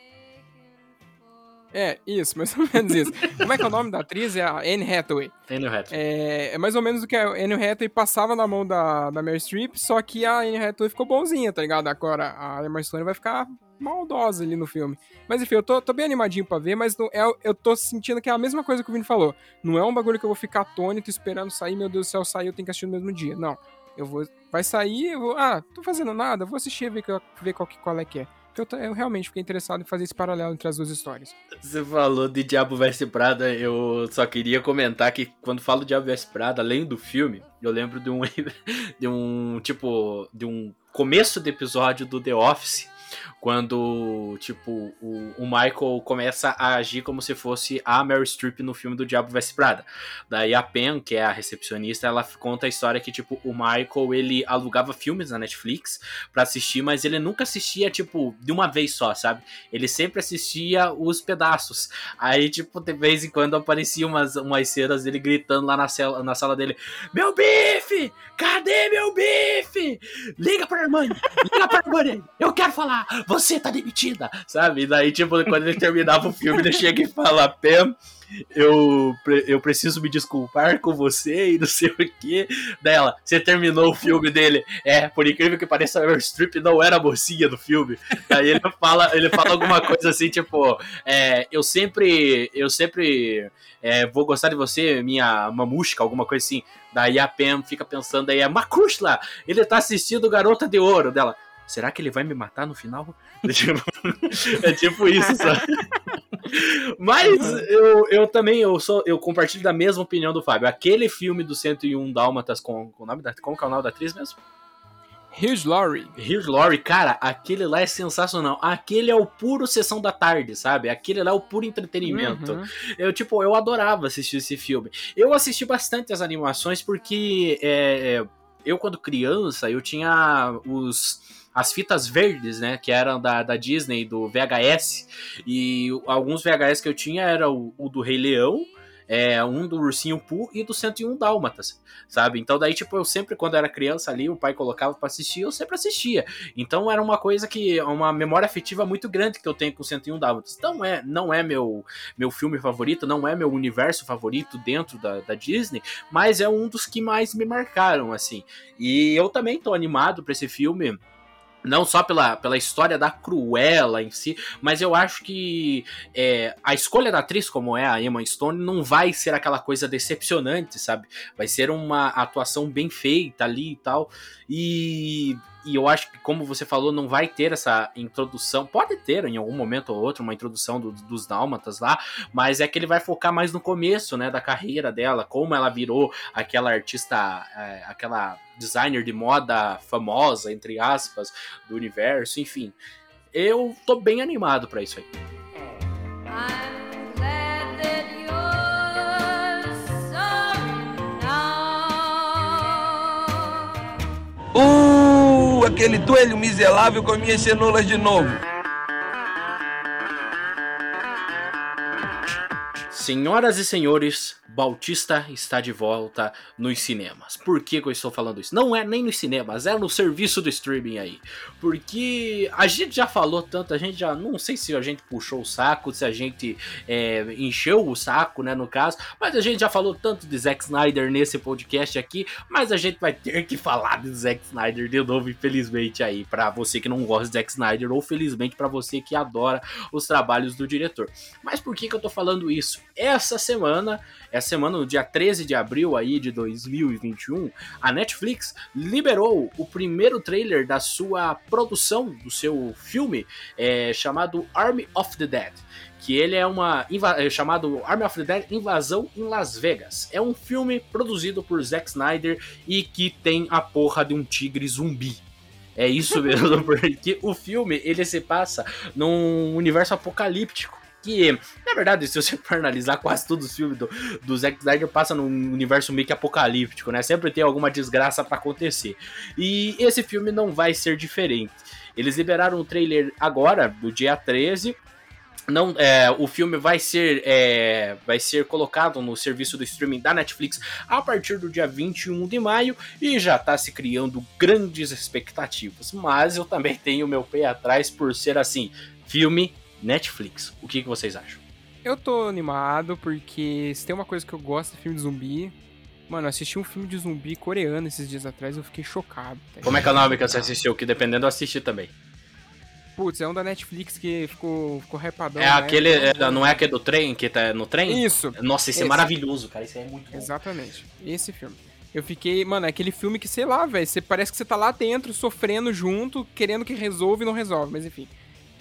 É, isso, mais ou menos isso. Como é que é o nome da atriz? É a Anne Hathaway. Anne Hathaway. É, é mais ou menos o que a Anne Hathaway passava na mão da, da Meryl Streep, só que a Anne Hathaway ficou bonzinha, tá ligado? Agora a Emma Stone vai ficar maldosa ali no filme. Mas enfim, eu tô, tô bem animadinho pra ver, mas não é, eu tô sentindo que é a mesma coisa que o Vini falou. Não é um bagulho que eu vou ficar atônito esperando sair, meu Deus do céu, sair, eu tenho que assistir no mesmo dia. Não. Eu vou. Vai sair, eu vou. Ah, tô fazendo nada, vou assistir e ver, ver qual, qual é que é. Eu, eu realmente fiquei interessado em fazer esse paralelo entre as duas histórias. Você falou de Diabo Veste Prada, eu só queria comentar que quando falo Diabo Veste Prada, além do filme, eu lembro de um, de um tipo, de um começo do episódio do The Office, quando, tipo, o, o Michael começa a agir como se fosse a Meryl Streep no filme do Diabo Veste Prada. Daí a Pen, que é a recepcionista, ela conta a história que, tipo, o Michael, ele alugava filmes na Netflix pra assistir, mas ele nunca assistia, tipo, de uma vez só, sabe? Ele sempre assistia os pedaços. Aí, tipo, de vez em quando apareciam umas, umas cenas dele gritando lá na, cela, na sala dele: meu bife! Cadê meu bife? Liga pra irmã! Liga pra irmã! Eu quero falar! Você tá demitida, sabe? E daí, tipo, quando ele terminava o filme, ele chega e fala: Pam, eu, eu preciso me desculpar com você e não sei o que. Dela, você terminou o filme dele. É, por incrível que pareça, a Meryl Streep não era a mocinha do filme. Daí ele fala, ele fala alguma coisa assim, tipo, é, eu sempre, eu sempre é, vou gostar de você, minha mamusca, alguma coisa assim. Daí a Pam fica pensando, aí é Makushla, ele tá assistindo Garota de Ouro. Dela: será que ele vai me matar no final? É tipo isso, sabe? Mas eu, eu também eu sou, eu compartilho da mesma opinião do Fábio. Aquele filme do cento e um Dálmatas com, com o nome da, como que é o nome da atriz mesmo? Hugh Laurie. Hugh Laurie, cara, aquele lá é sensacional. Aquele é o puro Sessão da Tarde, sabe? Aquele lá é o puro entretenimento. Uhum. Eu, tipo, eu adorava assistir esse filme. Eu assisti bastante as animações porque é, eu, quando criança, eu tinha os... as fitas verdes, né, que eram da, da Disney, do V H S, e alguns V H S que eu tinha era o, o do Rei Leão, é, um do Ursinho Pooh e do cento e um Dálmatas, sabe? Então daí, tipo, eu sempre, quando era criança ali, o pai colocava pra assistir, eu sempre assistia. Então era uma coisa que, uma memória afetiva muito grande que eu tenho com cento e um Dálmatas. Então é, não é meu, meu filme favorito, não é meu universo favorito dentro da, da Disney, mas é um dos que mais me marcaram, assim. E eu também tô animado pra esse filme, não só pela, pela história da Cruella em si, mas eu acho que é, a escolha da atriz, como é a Emma Stone, não vai ser aquela coisa decepcionante, sabe? Vai ser uma atuação bem feita ali e tal. E, e eu acho que, como você falou, não vai ter essa introdução. Pode ter em algum momento ou outro uma introdução do, dos Dálmatas lá, mas é que ele vai focar mais no começo, né, da carreira dela, como ela virou aquela artista, é, aquela designer de moda famosa, entre aspas, do universo, enfim. Eu tô bem animado pra isso aí. I'm glad that you're sorry now. Uh, aquele toelho miserável com minhas cenouras de novo. Senhoras e senhores, Bautista está de volta nos cinemas. Por que, que eu estou falando isso? Não é nem nos cinemas, é no serviço do streaming aí. Porque a gente já falou tanto, a gente já... Não sei se a gente puxou o saco, se a gente é, encheu o saco, né, no caso. Mas a gente já falou tanto de Zack Snyder nesse podcast aqui. Mas a gente vai ter que falar de Zack Snyder de novo, infelizmente aí. Pra você que não gosta de Zack Snyder, ou felizmente pra você que adora os trabalhos do diretor. Mas por que, que eu tô falando isso? Essa semana, essa semana, no dia treze de abril aí de dois mil e vinte e um, a Netflix liberou o primeiro trailer da sua produção, do seu filme, é, chamado Army of the Dead. Que ele é uma é chamado Army of the Dead Invasão em Las Vegas. É um filme produzido por Zack Snyder e que tem a porra de um tigre zumbi. É isso mesmo, porque o filme ele se passa num universo apocalíptico. Que, na verdade, se você for analisar, quase todos os filmes do, do Zack Snyder passam num universo meio que apocalíptico, né? Sempre tem alguma desgraça pra acontecer. E esse filme não vai ser diferente. Eles liberaram o trailer agora, do dia treze. Não, é, o filme vai ser, é, vai ser colocado no serviço do streaming da Netflix a partir do dia vinte e um de maio e já tá se criando grandes expectativas. Mas eu também tenho meu pé atrás por ser assim, filme Netflix. O que, que vocês acham? Eu tô animado porque se tem uma coisa que eu gosto de filme de zumbi... Mano, eu assisti um filme de zumbi coreano esses dias atrás e eu fiquei chocado. Tá? Como é que é o nome que você assistiu? Que dependendo eu assisti também. Putz, é um da Netflix que ficou, ficou hypadão. É né? aquele, é, não é aquele do trem, que tá no trem? Isso. Nossa, esse, esse é maravilhoso, cara. Isso aí é muito bom. Exatamente. Esse filme. Eu fiquei... Mano, é aquele filme que, sei lá, velho, parece que você tá lá dentro, sofrendo junto, querendo que resolva e não resolve, mas enfim...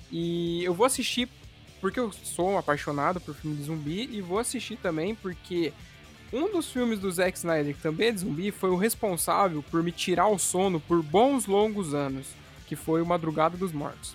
E eu vou assistir porque eu sou apaixonado por filme de zumbi e vou assistir também porque um dos filmes do Zack Snyder, que também é de zumbi, foi o responsável por me tirar o sono por bons longos anos, que foi o Madrugada dos Mortos.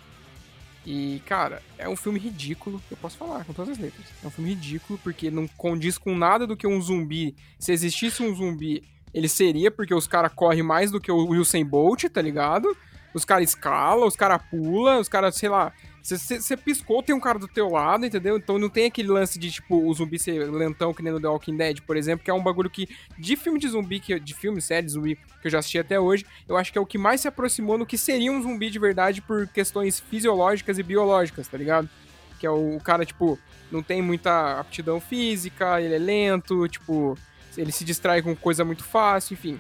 E, cara, é um filme ridículo, eu posso falar com todas as letras. É um filme ridículo porque não condiz com nada do que um zumbi. Se existisse um zumbi, ele seria, porque os caras correm mais do que o Usain Bolt, tá ligado? Os caras escalam, os caras pulam, os caras, sei lá... Você piscou, tem um cara do teu lado, entendeu? Então não tem aquele lance de, tipo, o zumbi ser lentão, que nem no The Walking Dead, por exemplo, que é um bagulho que, de filme de zumbi, que, de filme, série de zumbi, que eu já assisti até hoje, eu acho que é o que mais se aproximou no que seria um zumbi de verdade por questões fisiológicas e biológicas, tá ligado? Que é o, o cara, tipo, não tem muita aptidão física, ele é lento, tipo, ele se distrai com coisa muito fácil, enfim...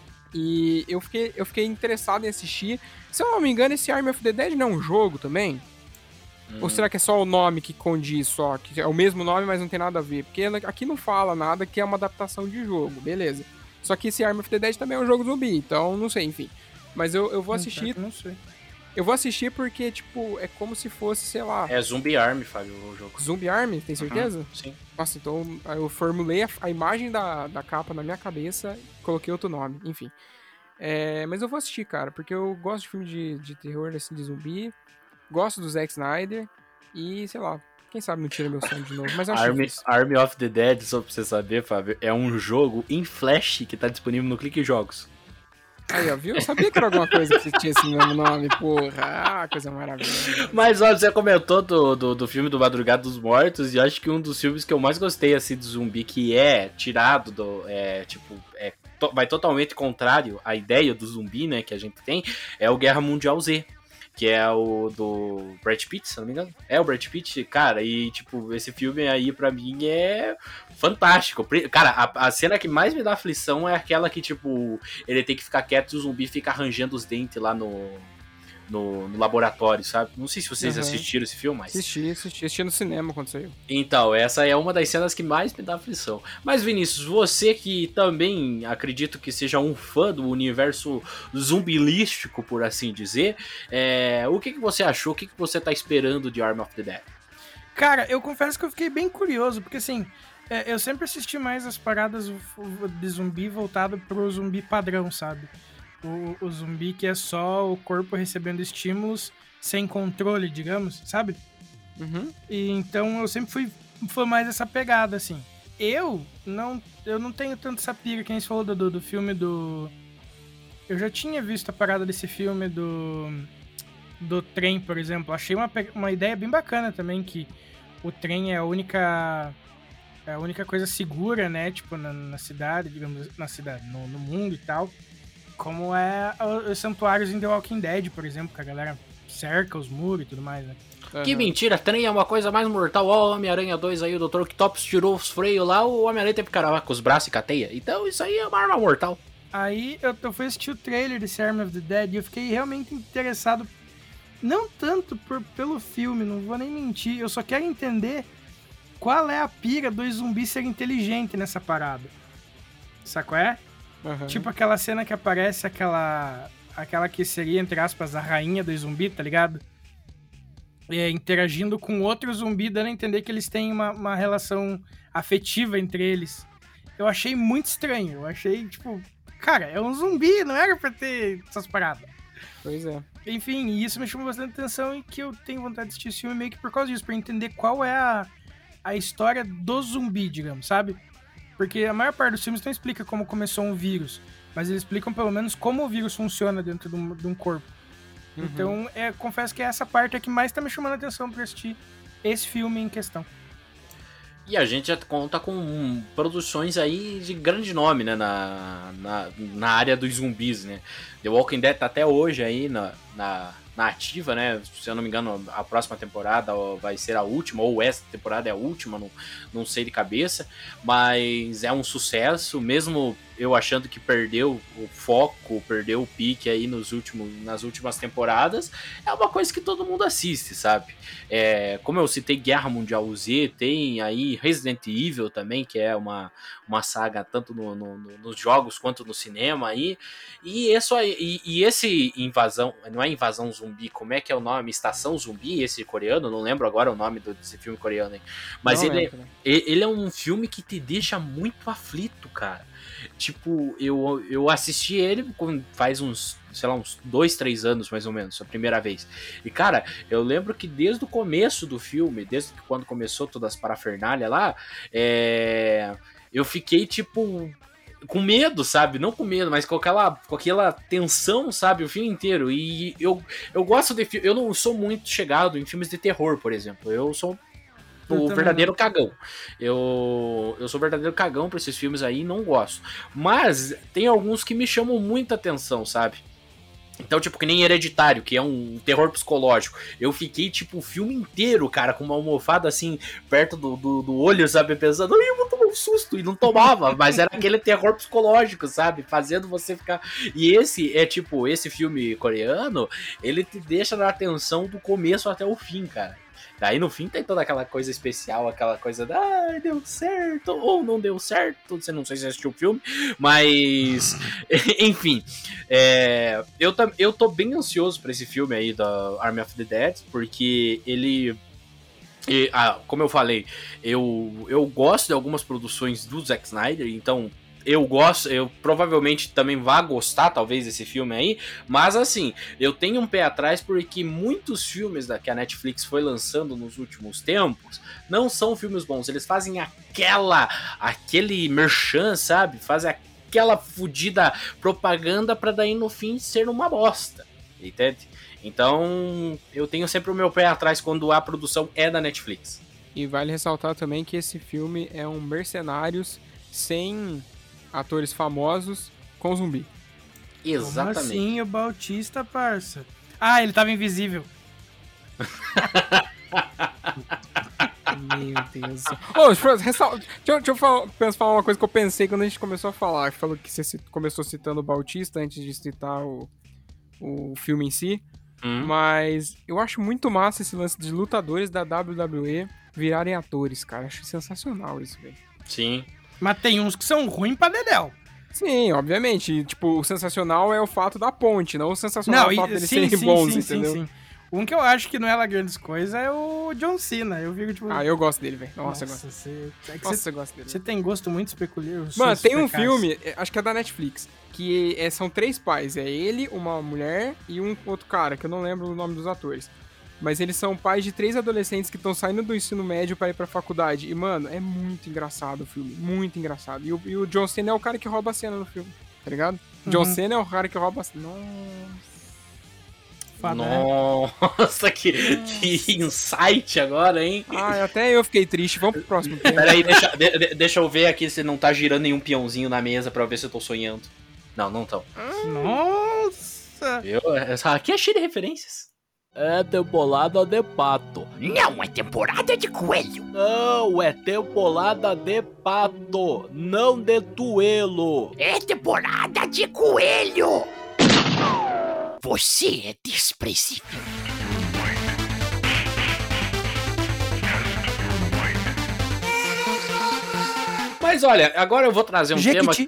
E eu fiquei, eu fiquei interessado em assistir. Se eu não me engano, esse Army of the Dead não é um jogo também? Hum. Ou será que é só o nome que condiz só? Que é o mesmo nome, mas não tem nada a ver? Porque aqui não fala nada que é uma adaptação de jogo, beleza. Só que esse Army of the Dead também é um jogo zumbi, então não sei, enfim. Mas eu, eu vou assistir... Não sei. Eu vou assistir porque, tipo, é como se fosse, sei lá... É Zombie Army, Fábio, o jogo. Zombie Army? Tem certeza? Uhum, sim. Nossa, então eu formulei a, a imagem da, da capa na minha cabeça e coloquei outro nome, enfim. É, mas eu vou assistir, cara, porque eu gosto de filme de, de terror, assim, de zumbi. Gosto do Zack Snyder e, sei lá, quem sabe não tira meu sono de novo, mas eu acho Army, Army of the Dead, só pra você saber, Fábio, é um jogo em Flash que tá disponível no Clique Jogos. Aí, ó, viu? Eu sabia que era alguma coisa que tinha esse mesmo nome, porra. Ah, coisa maravilhosa. Mas, ó, você comentou do, do, do filme do Madrugada dos Mortos, e acho que um dos filmes que eu mais gostei, assim, de zumbi, que é tirado do, é, tipo, é, to, vai totalmente contrário à ideia do zumbi, né, que a gente tem, é o Guerra Mundial Z. Que é o do Brad Pitt, se não me engano. É o Brad Pitt, cara, e tipo, esse filme aí pra mim é fantástico. Cara, a, a cena que mais me dá aflição é aquela que, tipo, ele tem que ficar quieto e o zumbi fica arranjando os dentes lá no, no, no laboratório, sabe? Não sei se vocês uhum. assistiram esse filme, mas... Assisti, assisti, assisti no cinema quando saiu. Então, essa é uma das cenas que mais me dá aflição. Mas, Vinícius, você que também acredito que seja um fã do universo zumbilístico, por assim dizer, é... o que, que você achou? O que, que você tá esperando de Army of the Dead? Cara, eu confesso que eu fiquei bem curioso, porque assim, eu sempre assisti mais as paradas de zumbi voltado pro zumbi padrão, sabe? O, o zumbi que é só o corpo recebendo estímulos sem controle, digamos, sabe? Uhum. E então eu sempre fui, fui mais essa pegada, assim. Eu não, eu não tenho tanto essa pira, que a gente falou do, do, do filme do... Eu já tinha visto a parada desse filme do... do trem, por exemplo. Achei uma, uma ideia bem bacana também, que o trem é a única... é a única coisa segura, né? Tipo, na, na cidade, digamos, na cidade, no, no mundo e tal. Como é os santuários em The Walking Dead, por exemplo, que a galera cerca os muros e tudo mais, né? Que Aham. mentira, trem é uma coisa mais mortal. Ó, o Homem-Aranha dois aí, o doutor Octopus tirou os freios lá, o Homem-Aranha teve que caravar com os braços e cateia. Então isso aí é uma arma mortal. Aí eu, eu fui assistir o trailer desse Army of the Dead e eu fiquei realmente interessado, não tanto por, pelo filme, não vou nem mentir, eu só quero entender qual é a pira dos zumbis ser inteligente nessa parada. Sacou é? Aham. Tipo aquela cena que aparece aquela, aquela que seria, entre aspas, a rainha dos zumbis, tá ligado? É, interagindo com outro zumbi, dando a entender que eles têm uma, uma relação afetiva entre eles. Eu achei muito estranho, eu achei, tipo... Cara, é um zumbi, não era pra ter essas paradas. Pois é. Enfim, e isso me chamou bastante atenção e que eu tenho vontade de assistir esse filme meio que por causa disso, pra entender qual é a, a história do zumbi, digamos, sabe? Porque a maior parte dos filmes não explica como começou um vírus, mas eles explicam pelo menos como o vírus funciona dentro de um, de um corpo. Uhum. Então, é, confesso que essa parte é que mais tá me chamando a atenção pra assistir esse filme em questão. E a gente já conta com produções aí de grande nome, né, na, na, na área dos zumbis, né. The Walking Dead tá até hoje aí na, na, na ativa, né, se eu não me engano a próxima temporada vai ser a última, ou essa temporada é a última, não, não sei de cabeça, mas é um sucesso, mesmo eu achando que perdeu o foco, perdeu o pique aí nos últimos, nas últimas temporadas, é uma coisa que todo mundo assiste, sabe? É, como eu citei Guerra Mundial Z, tem aí Resident Evil também, que é uma, uma saga tanto no, no, no, nos jogos quanto no cinema aí, e, isso aí, e, e esse Invasão, não é Invasão Zumbi, como é que é o nome? Estação Zumbi, esse coreano, não lembro agora o nome desse filme coreano aí, mas Não ele, lembro, né? ele é um filme que te deixa muito aflito, cara. Tipo, eu, eu assisti ele faz uns, sei lá, uns dois, três anos mais ou menos, a primeira vez. E, cara, eu lembro que desde o começo do filme, desde quando começou todas as parafernálias lá, é, eu fiquei, tipo, com medo, sabe? Não com medo, mas com aquela, com aquela tensão, sabe? O filme inteiro. E eu, eu gosto de filme. Eu não sou muito chegado em filmes de terror, por exemplo. Eu sou o verdadeiro não. cagão. Eu, eu sou verdadeiro cagão pra esses filmes aí e não gosto. Mas tem alguns que me chamam muita atenção, sabe? Então, tipo, que nem Hereditário, que é um terror psicológico. Eu fiquei, tipo, o filme inteiro, cara, com uma almofada, assim, perto do, do, do olho, sabe? Pensando, eu vou tomar um susto. E não tomava, mas era aquele terror psicológico, sabe? Fazendo você ficar... E esse, é tipo, esse filme coreano, ele te deixa na atenção do começo até o fim, cara. Daí no fim tem toda aquela coisa especial, aquela coisa da ah, deu certo, ou não deu certo, você não sei se assistiu o filme, mas enfim, é, eu, eu tô bem ansioso pra esse filme aí da Army of the Dead, porque ele, e, ah, como eu falei, eu, eu gosto de algumas produções do Zack Snyder, então eu gosto, eu provavelmente também vá gostar, talvez, desse filme aí, mas assim, eu tenho um pé atrás porque muitos filmes da, que a Netflix foi lançando nos últimos tempos não são filmes bons, eles fazem aquela, aquele merchan, sabe, fazem aquela fodida propaganda pra daí no fim ser uma bosta, entende? Então, eu tenho sempre o meu pé atrás quando a produção é da Netflix. E vale ressaltar também que esse filme é um Mercenários sem... atores famosos com zumbi. Exatamente. Como assim, o Bautista, parça? Ah, ele tava invisível. Meu Deus. Oh, deixa, deixa eu falar, falar uma coisa que eu pensei quando a gente começou a falar. Falou que você começou citando o Bautista antes de citar o, o filme em si. Hum. Mas eu acho muito massa esse lance de lutadores da W W E virarem atores, cara. Acho sensacional isso, velho. Sim. Mas tem uns que são ruins pra dedéu. Sim, obviamente. E, tipo, o sensacional é o fato da ponte, não o sensacional não, é o fato e, deles sim, serem sim, bons, sim, entendeu? Sim, sim. Um que eu acho que não é lá grandes coisas é o John Cena. Eu fico, tipo... Ah, eu gosto dele, velho. Nossa, Nossa, eu gosto. Você... É Nossa, você... eu gosto dele. Você tem gosto muito peculiar. Mano, tem um filme, acho que é da Netflix, que é, são três pais. É ele, uma mulher e um outro cara, que eu não lembro o nome dos atores. Mas eles são pais de três adolescentes que estão saindo do ensino médio pra ir pra faculdade. E, mano, é muito engraçado o filme. Muito engraçado. E o, e o John Cena é o cara que rouba a cena no filme, tá ligado? Uhum. John Cena é o cara que rouba a cena. Nossa. Foda, Nossa, que, que insight agora, hein? Ah, até eu fiquei triste. Vamos pro próximo tema. Peraí, deixa, de, deixa eu ver aqui se não tá girando nenhum peãozinho na mesa pra eu ver se eu tô sonhando. Não, não tão. Nossa! Eu, aqui é cheio de referências. É temporada de pato. Não, é temporada de coelho. Não, é temporada de pato, não de tuelo. É temporada de coelho. Você é desprezível. Mas olha, agora eu vou trazer um Jequiti. tema...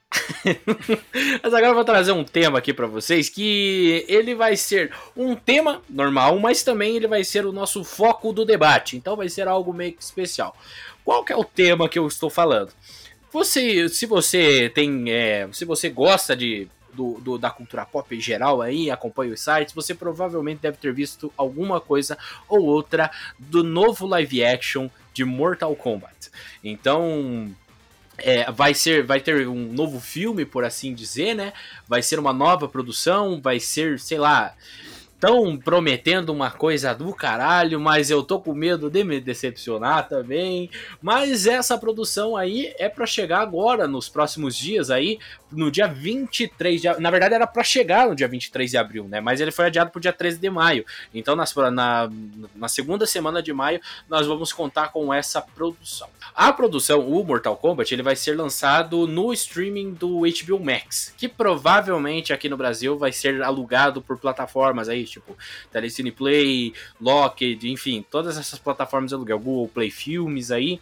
Mas agora eu vou trazer um tema aqui pra vocês que ele vai ser um tema normal, mas também ele vai ser o nosso foco do debate. Então vai ser algo meio que especial. Qual que é o tema que eu estou falando? Você, se você tem, é, se você gosta de do, do, da cultura pop em geral aí, acompanha os sites, você provavelmente deve ter visto alguma coisa ou outra do novo live action de Mortal Kombat. Então É, vai ser, vai ter um novo filme, por assim dizer, né? Vai ser uma nova produção, vai ser, sei lá, tão prometendo uma coisa do caralho, mas eu tô com medo de me decepcionar também. Mas essa produção aí é pra chegar agora, nos próximos dias aí, no dia vinte e três de abril. Na verdade era pra chegar no dia vinte e três de abril, né? Mas ele foi adiado pro dia treze de maio. Então nas, na, na segunda semana de maio nós vamos contar com essa produção. A produção, o Mortal Kombat, ele vai ser lançado no streaming do H B O Max, que provavelmente aqui no Brasil vai ser alugado por plataformas aí, tipo Telecine Play, Locked, enfim, todas essas plataformas de aluguel, Google Play Filmes aí.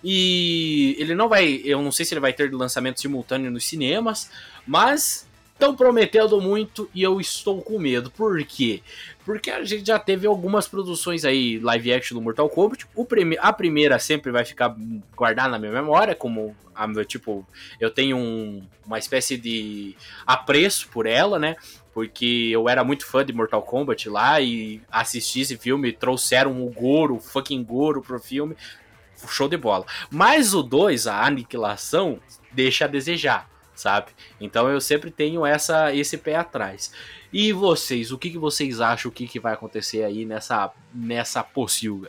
E ele não vai, eu não sei se ele vai ter lançamento simultâneo nos cinemas, mas estão prometendo muito e eu estou com medo. Por quê? Porque a gente já teve algumas produções aí, live action do Mortal Kombat. O prime- a primeira sempre vai ficar guardada na minha memória, como, a, tipo, eu tenho um, uma espécie de apreço por ela, né? Porque eu era muito fã de Mortal Kombat lá e assisti esse filme, trouxeram o Goro, o fucking Goro pro filme, show de bola. Mas o dois, a Aniquilação, deixa a desejar, sabe? Então eu sempre tenho essa, esse pé atrás. E vocês, o que, que vocês acham, o que, que vai acontecer aí nessa, nessa pocilga?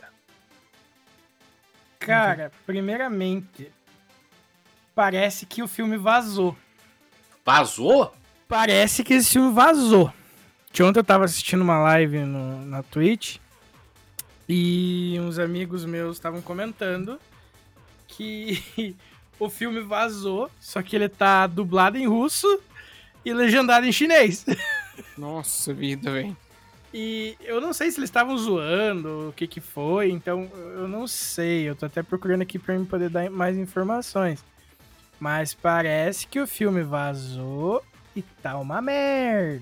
Cara, primeiramente, parece que o filme vazou. Vazou? Parece que esse filme vazou. Que ontem eu tava assistindo uma live no, na Twitch e uns amigos meus estavam comentando que o filme vazou, só que ele tá dublado em russo e legendado em chinês. Nossa vida, velho. E eu não sei se eles estavam zoando, o que que foi, então eu não sei. Eu tô até procurando aqui pra mim poder dar mais informações. Mas parece que o filme vazou e tá uma merda.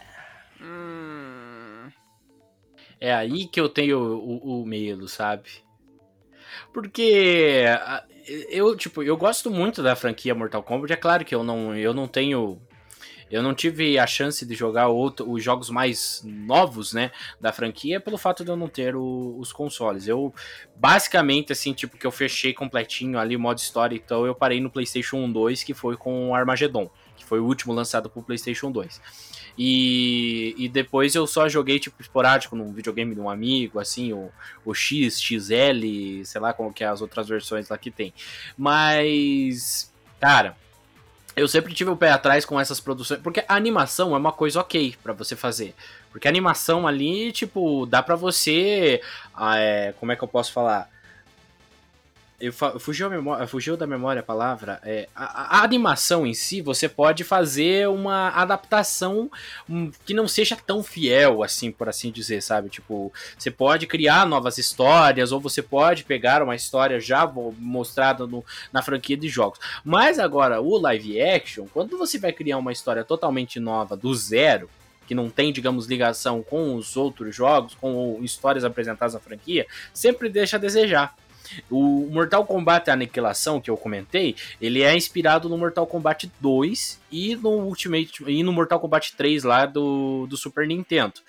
Hum... É aí que eu tenho o, o medo, sabe? Porque eu, tipo, eu gosto muito da franquia Mortal Kombat. É claro que eu não, eu não tenho... Eu não tive a chance de jogar outro, os jogos mais novos, né, da franquia, pelo fato de eu não ter o, os consoles. Eu, basicamente, assim, tipo, que eu fechei completinho ali o modo história, então eu parei no PlayStation dois, que foi com o Armageddon, que foi o último lançado pro PlayStation dois. E, e depois eu só joguei, tipo, esporádico num videogame de um amigo, assim, o, o X, X L, sei lá como que é as outras versões lá que tem. Mas, cara... Eu sempre tive o pé atrás com essas produções, porque a animação é uma coisa ok pra você fazer. Porque a animação ali, tipo, dá pra você... É, como é que eu posso falar? Eu, eu fugiu, a memória, fugiu da memória a palavra. É, a, a animação em si, você pode fazer uma adaptação que não seja tão fiel, assim, por assim dizer, sabe? Tipo, você pode criar novas histórias, ou você pode pegar uma história já mostrada no, na franquia de jogos. Mas agora, o live action, quando você vai criar uma história totalmente nova, do zero, que não tem, digamos, ligação com os outros jogos, com histórias apresentadas na franquia, sempre deixa a desejar. O Mortal Kombat Aniquilação, que eu comentei, ele é inspirado no Mortal Kombat dois e no Ultimate e no Mortal Kombat três lá do, do Super Nintendo.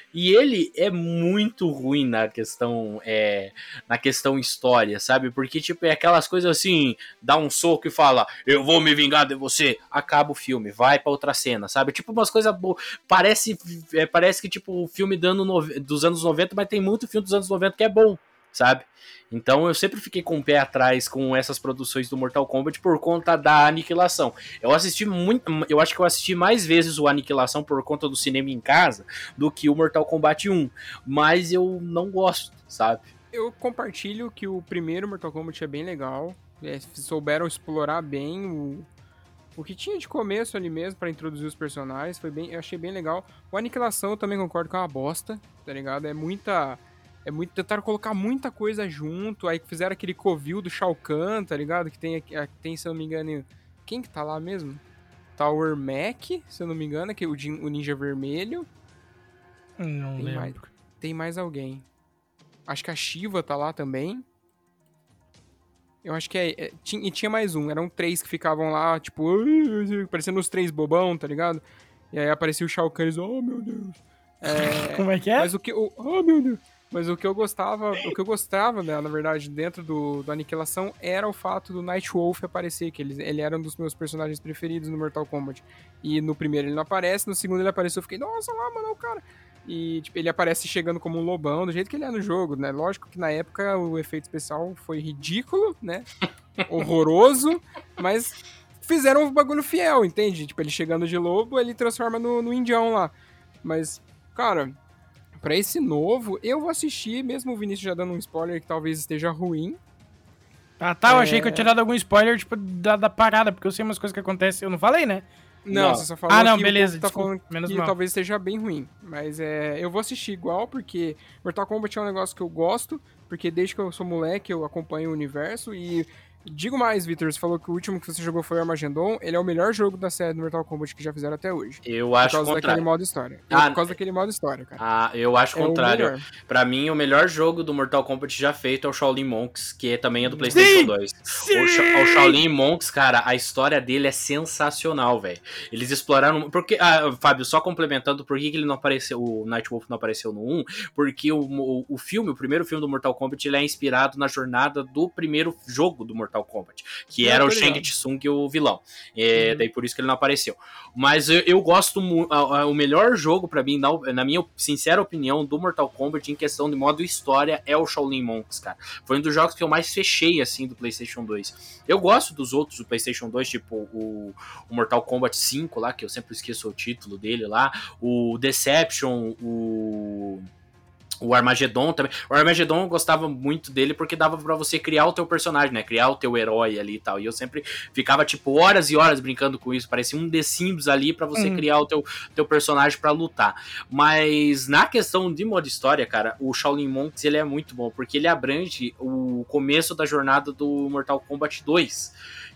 E ele é muito ruim na questão, é, na questão história, sabe? Porque, tipo, é aquelas coisas assim, dá um soco e fala, eu vou me vingar de você. Acaba o filme, vai pra outra cena, sabe? Tipo, umas coisas boas. Parece, é, parece que, tipo, o filme dando no... dos anos noventa, mas tem muito filme dos anos noventa que é bom, sabe? Então eu sempre fiquei com o pé atrás com essas produções do Mortal Kombat por conta da Aniquilação. Eu assisti muito, eu acho que eu assisti mais vezes o Aniquilação por conta do cinema em casa do que o Mortal Kombat um, mas eu não gosto, sabe? Eu compartilho que o primeiro Mortal Kombat é bem legal, é, souberam explorar bem o, o que tinha de começo ali mesmo pra introduzir os personagens, foi bem, eu achei bem legal. O Aniquilação eu também concordo que é uma bosta, tá ligado? É muita... É muito, tentaram colocar muita coisa junto, aí fizeram aquele covil do Shao Kahn, tá ligado? Que tem, tem, se eu não me engano, quem que tá lá mesmo? Tower Mac, se eu não me engano, que é o, o Ninja Vermelho. Não tem lembro. Mais, tem mais alguém. Acho que a Shiva tá lá também. Eu acho que é, é tinha, e tinha mais um, eram três que ficavam lá, tipo, parecendo os três bobão, tá ligado? E aí aparecia o Shao Kahn e eles, oh meu Deus. É, Como é que é? Mas o que, oh, oh meu Deus. Mas o que eu gostava, o que eu gostava, né, na verdade, dentro do, do Aniquilação, era o fato do Nightwolf aparecer, que ele, ele era um dos meus personagens preferidos no Mortal Kombat. E no primeiro ele não aparece, no segundo ele apareceu, eu fiquei, nossa, lá, mano, o cara... E, tipo, ele aparece chegando como um lobão, do jeito que ele é no jogo, né? Lógico que na época o efeito especial foi ridículo, né? Horroroso, mas fizeram um bagulho fiel, entende? Tipo, ele chegando de lobo, ele transforma no, no indião lá. Mas, cara... Pra esse novo, eu vou assistir, mesmo o Vinícius já dando um spoiler que talvez esteja ruim. Ah, tá, eu É... achei que eu tinha dado algum spoiler, tipo, da, da parada, porque eu sei umas coisas que acontecem. Eu não falei, né? Não, Não. você só falou Ah, não, que beleza, o povo tá desculpa, falando menos que mal. talvez esteja bem ruim. Mas é, eu vou assistir igual, porque Mortal Kombat é um negócio que eu gosto, porque desde que eu sou moleque eu acompanho o universo e... Digo mais, Victor, você falou que o último que você jogou foi o Armageddon, ele é o melhor jogo da série do Mortal Kombat que já fizeram até hoje. Eu acho Por causa contrário. daquele modo história. Ah, por causa daquele modo história, cara. Ah, eu acho É o contrário. melhor. Pra mim, o melhor jogo do Mortal Kombat já feito é o Shaolin Monks, que também é do PlayStation dois. O, Sha- o Shaolin Monks, cara, a história dele é sensacional, velho. Eles exploraram... Porque, ah, Fábio, só complementando, por que que ele não apareceu, o Nightwolf não apareceu no um? Porque o, o, o filme, o primeiro filme do Mortal Kombat, ele é inspirado na jornada do primeiro jogo do Mortal Kombat, que Não, era o tô ligado. Shang Tsung, o vilão. É, Uhum. Daí por isso que ele não apareceu. Mas eu, eu gosto muito. O melhor jogo pra mim, na, na minha sincera opinião, do Mortal Kombat em questão de modo história é o Shaolin Monks, cara. Foi um dos jogos que eu mais fechei, assim, do PlayStation dois. Eu gosto dos outros do PlayStation dois, tipo o, o Mortal Kombat cinco lá, que eu sempre esqueço o título dele lá, o Deception, o... O Armageddon também. O Armageddon eu gostava muito dele porque dava pra você criar o teu personagem, né? Criar o teu herói ali e tal. E eu sempre ficava, tipo, horas e horas brincando com isso. Parecia um The Sims ali pra você Uhum. criar o teu, teu personagem pra lutar. Mas na questão de modo história, cara, o Shaolin Monks, ele é muito bom. Porque ele abrange o começo da jornada do Mortal Kombat dois.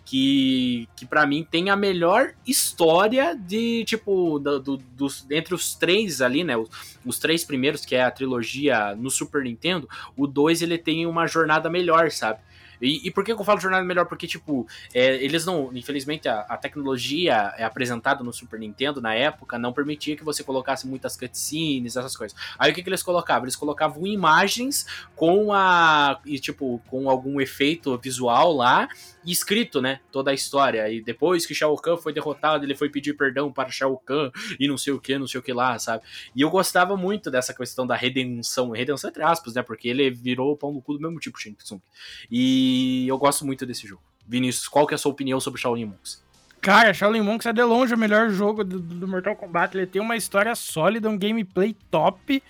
Que, que pra mim tem a melhor história de, tipo, do, do, dos, entre os três ali, né? Os, os três primeiros, que é a trilogia no Super Nintendo, o dois ele tem uma jornada melhor, sabe? E, e por que eu falo jornada melhor? Porque, tipo, é, eles não... Infelizmente, a, a tecnologia é apresentada no Super Nintendo, na época, não permitia que você colocasse muitas cutscenes, essas coisas. Aí, o que, que eles colocavam? Eles colocavam imagens com a... E, tipo, com algum efeito visual lá, e escrito, né? Toda a história. E depois que Shao Kahn foi derrotado, ele foi pedir perdão para Shao Kahn, e não sei o que, não sei o que lá, sabe? E eu gostava muito dessa questão da redenção. Redenção entre aspas, né? Porque ele virou o pão no cu do mesmo tipo, Shang Tsung. E... E eu gosto muito desse jogo. Vinícius, qual que é a sua opinião sobre Shaolin Monks? Cara, Shaolin Monks é de longe o melhor jogo do, do Mortal Kombat. Ele tem uma história sólida, um gameplay top.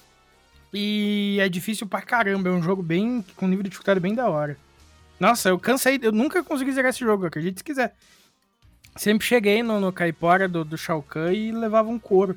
E é difícil pra caramba. É um jogo bem com nível de dificuldade bem da hora. Nossa, eu cansei. Eu nunca consegui zerar esse jogo, acredite se quiser. Sempre cheguei no, no caipora do, do Shao Kahn e levava um couro.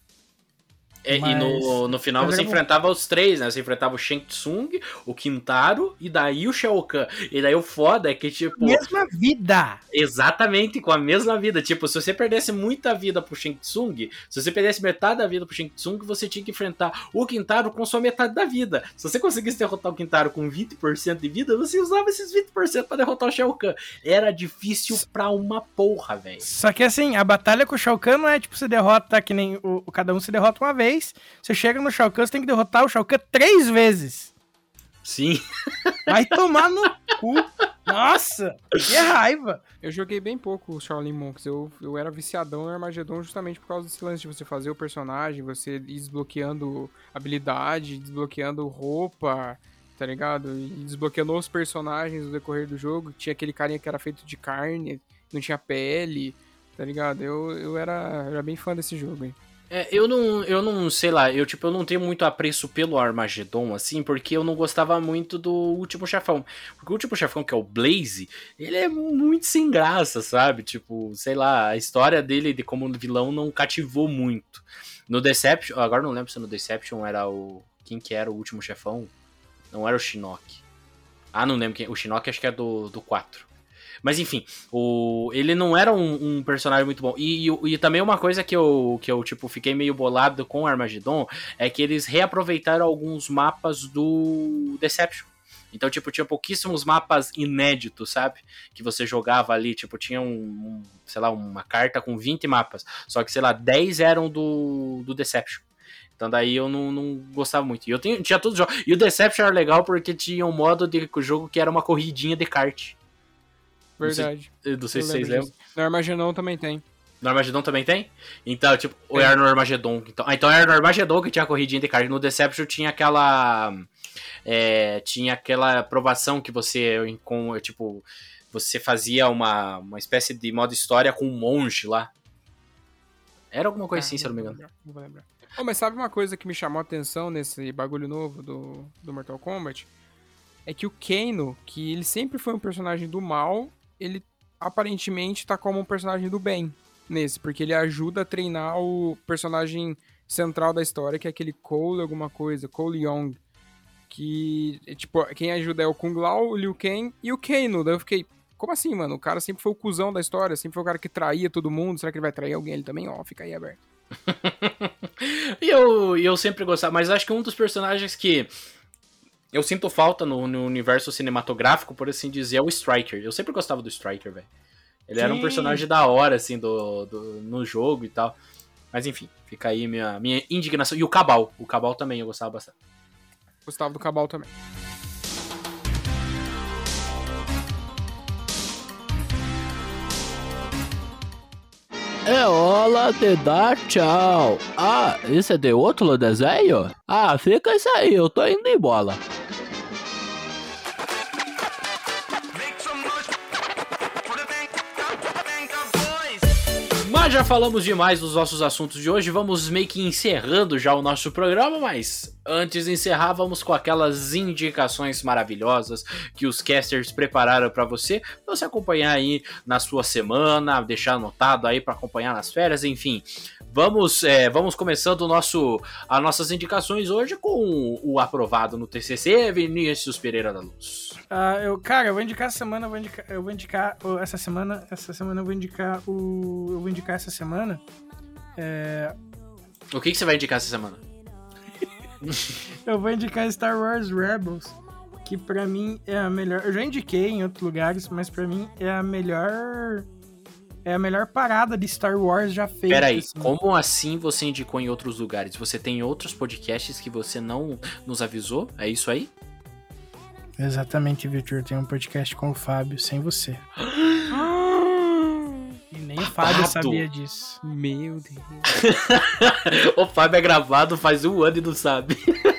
É, Mas- E no, no final mas você era bom. enfrentava os três, né? Você enfrentava o Shang Tsung, o Quintaro e daí o Shao Kahn. E daí o foda é que, tipo... Mesma vida! Exatamente, com a mesma vida. Tipo, se você perdesse muita vida pro Shang Tsung, se você perdesse metade da vida pro Shang Tsung, você tinha que enfrentar o Quintaro com sua metade da vida. Se você conseguisse derrotar o Quintaro com vinte por cento de vida, você usava esses vinte por cento pra derrotar o Shao Kahn. Era difícil pra uma porra, velho. Só que assim, a batalha com o Shao Kahn não é tipo, você derrota que nem o, o- cada um se derrota uma vez três, você chega no Shao Kahn, você tem que derrotar o Shao Kahn três vezes. Sim. Vai tomar no cu. Nossa, que raiva. Eu joguei bem pouco o Shaolin Monks. Eu, eu era viciadão no Armageddon justamente por causa desse lance de você fazer o personagem, você ir desbloqueando habilidade, desbloqueando roupa, tá ligado? E desbloqueando os personagens no decorrer do jogo. Tinha aquele carinha que era feito de carne, não tinha pele, tá ligado? Eu, eu, era, eu era bem fã desse jogo, hein? É, eu não, eu não, sei lá, eu tipo, eu não tenho muito apreço pelo Armageddon, assim, porque eu não gostava muito do último chefão. Porque o último chefão, que é o Blaze, ele é muito sem graça, sabe? Tipo, sei lá, a história dele de como vilão não cativou muito. No Deception, agora não lembro se no Deception era o... Quem que era o último chefão? Não era o Shinnok. Ah, não lembro quem. O Shinnok acho que é do, do quatro. Mas enfim, o, ele não era um, um personagem muito bom. E, e, e também uma coisa que eu, que eu tipo, fiquei meio bolado com o Armageddon é que eles reaproveitaram alguns mapas do Deception. Então, tipo, tinha pouquíssimos mapas inéditos, sabe? Que você jogava ali, tipo, tinha um, um sei lá, uma carta com vinte mapas. Só que, sei lá, dez eram do, do Deception. Então daí eu não, não gostava muito. E eu tinha, tinha todos os jogos. E o Deception era legal porque tinha um modo de jogo que era uma corridinha de kart. Verdade. Não sei, não sei se vocês lembram. No Armageddon também tem. No Armageddon também tem? Então, tipo, ou era no Armageddon. Então, então era no Armageddon que tinha a corridinha de kart. No Deception tinha aquela... É, tinha aquela aprovação que você, com, tipo, você fazia uma, uma espécie de modo história com um monge lá. Era alguma coisa ah, assim, se eu não me engano. Lembrar, não vou lembrar. Oh, mas sabe uma coisa que me chamou a atenção nesse bagulho novo do, do Mortal Kombat? É que o Kano, que ele sempre foi um personagem do mal, ele aparentemente tá como um personagem do bem nesse, porque ele ajuda a treinar o personagem central da história, que é aquele Cole alguma coisa, Cole Young, que, tipo, quem ajuda é o Kung Lao, o Liu Kang e o Kano. Daí eu fiquei, como assim, mano? O cara sempre foi o cuzão da história, sempre foi o cara que traía todo mundo, será que ele vai trair alguém ele também? Ó, oh, fica aí aberto. E eu, eu sempre gostava, mas acho que um dos personagens que eu sinto falta no, no universo cinematográfico, por assim dizer, é o Striker. Eu sempre gostava do Striker, velho. Ele Sim. era um personagem da hora, assim, do, do, no jogo e tal. Mas enfim, fica aí minha, minha indignação. E o Cabal. O Cabal também eu gostava bastante. Gostava do Cabal também. É hora de dar tchau. Ah, isso é de outro desenho? Ah, fica isso aí, eu tô indo embora. Mas já falamos demais dos nossos assuntos de hoje, vamos meio que encerrando já o nosso programa, mas antes de encerrar, vamos com aquelas indicações maravilhosas que os casters prepararam para você, pra você acompanhar aí na sua semana, deixar anotado aí para acompanhar nas férias, enfim. Vamos, é, vamos começando o nosso, as nossas indicações hoje com o aprovado no T C C, Vinícius Pereira da Luz. Uh, eu, cara, eu vou indicar essa semana, eu vou indicar, eu vou indicar uh, essa semana, essa semana eu vou indicar o, eu vou indicar essa semana. É... O que, que você vai indicar essa semana? Eu vou indicar Star Wars Rebels, que pra mim é a melhor. Eu já indiquei em outros lugares, mas pra mim é a melhor. É a melhor parada de Star Wars já feita. Peraí, assim. Como assim você indicou em outros lugares? Você tem outros podcasts que você não nos avisou? É isso aí? Exatamente, Victor. Eu tenho um podcast com o Fábio, sem você. E nem o Fábio sabia disso. Meu Deus. O Fábio é gravado faz um ano e não sabe.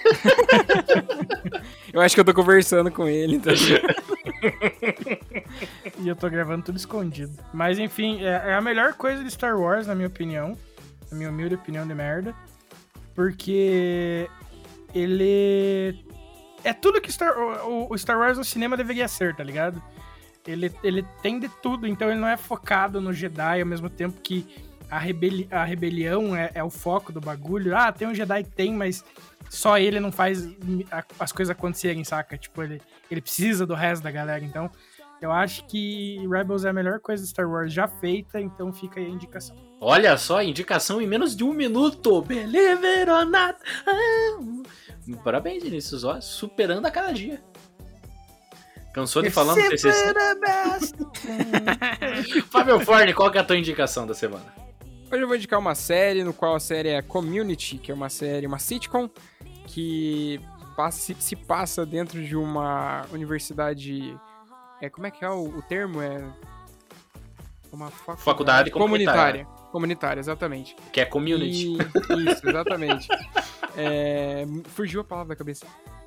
Eu acho que eu tô conversando com ele, então... E eu tô gravando tudo escondido. Mas enfim, é, é a melhor coisa de Star Wars, na minha opinião. Na minha humilde opinião de merda. Porque ele... É tudo que Star, o, o Star Wars no cinema deveria ser, tá ligado? Ele, ele tem de tudo, então ele não é focado no Jedi, ao mesmo tempo que a, rebeli- a rebelião é, é o foco do bagulho. Ah, tem um Jedi, tem, mas só ele não faz a, as coisas acontecerem, saca? Tipo, ele, ele precisa do resto da galera, então... Eu acho que Rebels é a melhor coisa de Star Wars já feita, então fica aí a indicação. Olha só, indicação em menos de um minuto. Believe it or not. Parabéns, Vinícius, ó, superando a cada dia. Cansou de falar no T C C? Fábio Forne, qual que é a tua indicação da semana? Hoje eu vou indicar uma série, no qual a série é Community, que é uma série, uma sitcom, que passa, se passa dentro de uma universidade... É, como é que é o, o termo? É uma faculdade, faculdade comunitária. Comunitária, exatamente. Que é community. E, isso, exatamente. é, fugiu a palavra da cabeça.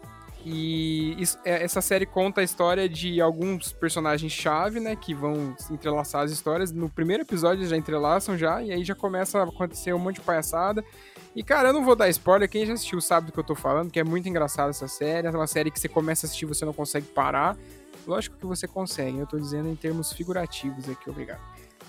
E isso, é, essa série conta a história de alguns personagens-chave, né, que vão entrelaçar as histórias. No primeiro episódio eles já entrelaçam já, e aí já começa a acontecer um monte de palhaçada. E, cara, eu não vou dar spoiler, quem já assistiu sabe do que eu tô falando, que é muito engraçada essa série. É uma série que você começa a assistir e você não consegue parar. Lógico que você consegue, eu tô dizendo em termos figurativos aqui, obrigado.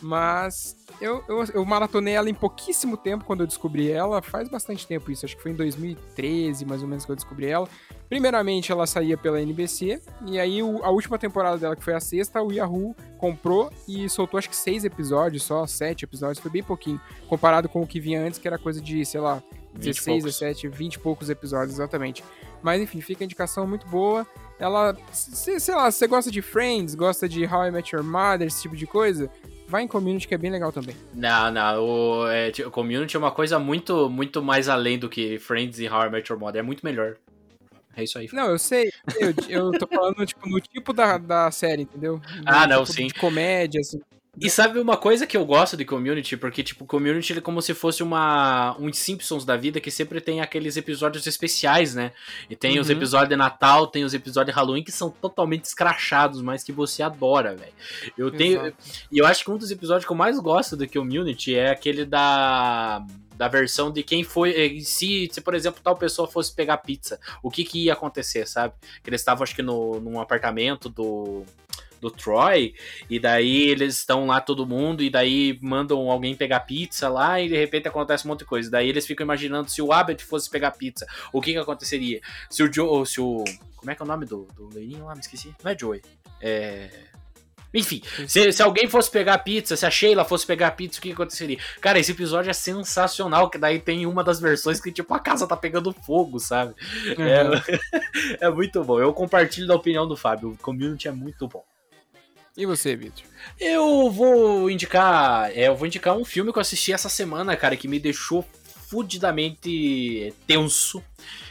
Mas eu, eu, eu maratonei ela em pouquíssimo tempo quando eu descobri ela, faz bastante tempo isso, acho que foi em dois mil e treze, mais ou menos, que eu descobri ela. Primeiramente, ela saía pela N B C, e aí o, a última temporada dela, que foi a sexta, o Yahoo comprou e soltou acho que seis episódios só, sete episódios, foi bem pouquinho, comparado com o que vinha antes, que era coisa de, sei lá, dezesseis, dezessete, vinte e poucos episódios, exatamente. Mas enfim, fica a indicação muito boa. Ela, sei lá, se você gosta de Friends, gosta de How I Met Your Mother, esse tipo de coisa, vai em Community, que é bem legal também. Não, não, o é, Community é uma coisa muito, muito mais além do que Friends e How I Met Your Mother, é muito melhor. É isso aí. Não, eu sei, eu, eu tô falando tipo, no tipo da, da série, entendeu? No ah, não, tipo sim. De comédia, assim. E sabe uma coisa que eu gosto de Community? Porque, tipo, Community é como se fosse uma um Simpsons da vida, que sempre tem aqueles episódios especiais, né? E tem uhum. os episódios de Natal, tem os episódios de Halloween, que são totalmente escrachados, mas que você adora, velho. Eu tenho... E eu acho que um dos episódios que eu mais gosto do Community é aquele da... da versão de quem foi... Se, se, por exemplo, tal pessoa fosse pegar pizza, o que que ia acontecer, sabe? Que eles estavam, acho que, no, num apartamento do... do Troy, e daí eles estão lá todo mundo, e daí mandam alguém pegar pizza lá, e de repente acontece um monte de coisa. Daí eles ficam imaginando se o Abbott fosse pegar pizza, o que que aconteceria? Se o Joe, se o... Como é que é o nome do, do loirinho lá? Me esqueci. Não é Joey. É... Enfim, se, se alguém fosse pegar pizza, se a Sheila fosse pegar pizza, o que, que aconteceria? Cara, esse episódio é sensacional, que daí tem uma das versões que, tipo, a casa tá pegando fogo, sabe? Uhum. É, é muito bom. Eu compartilho da opinião do Fábio. O Community é muito bom. E você, Vitor? Eu vou indicar. É, eu vou indicar um filme que eu assisti essa semana, cara, que me deixou fudidamente tenso.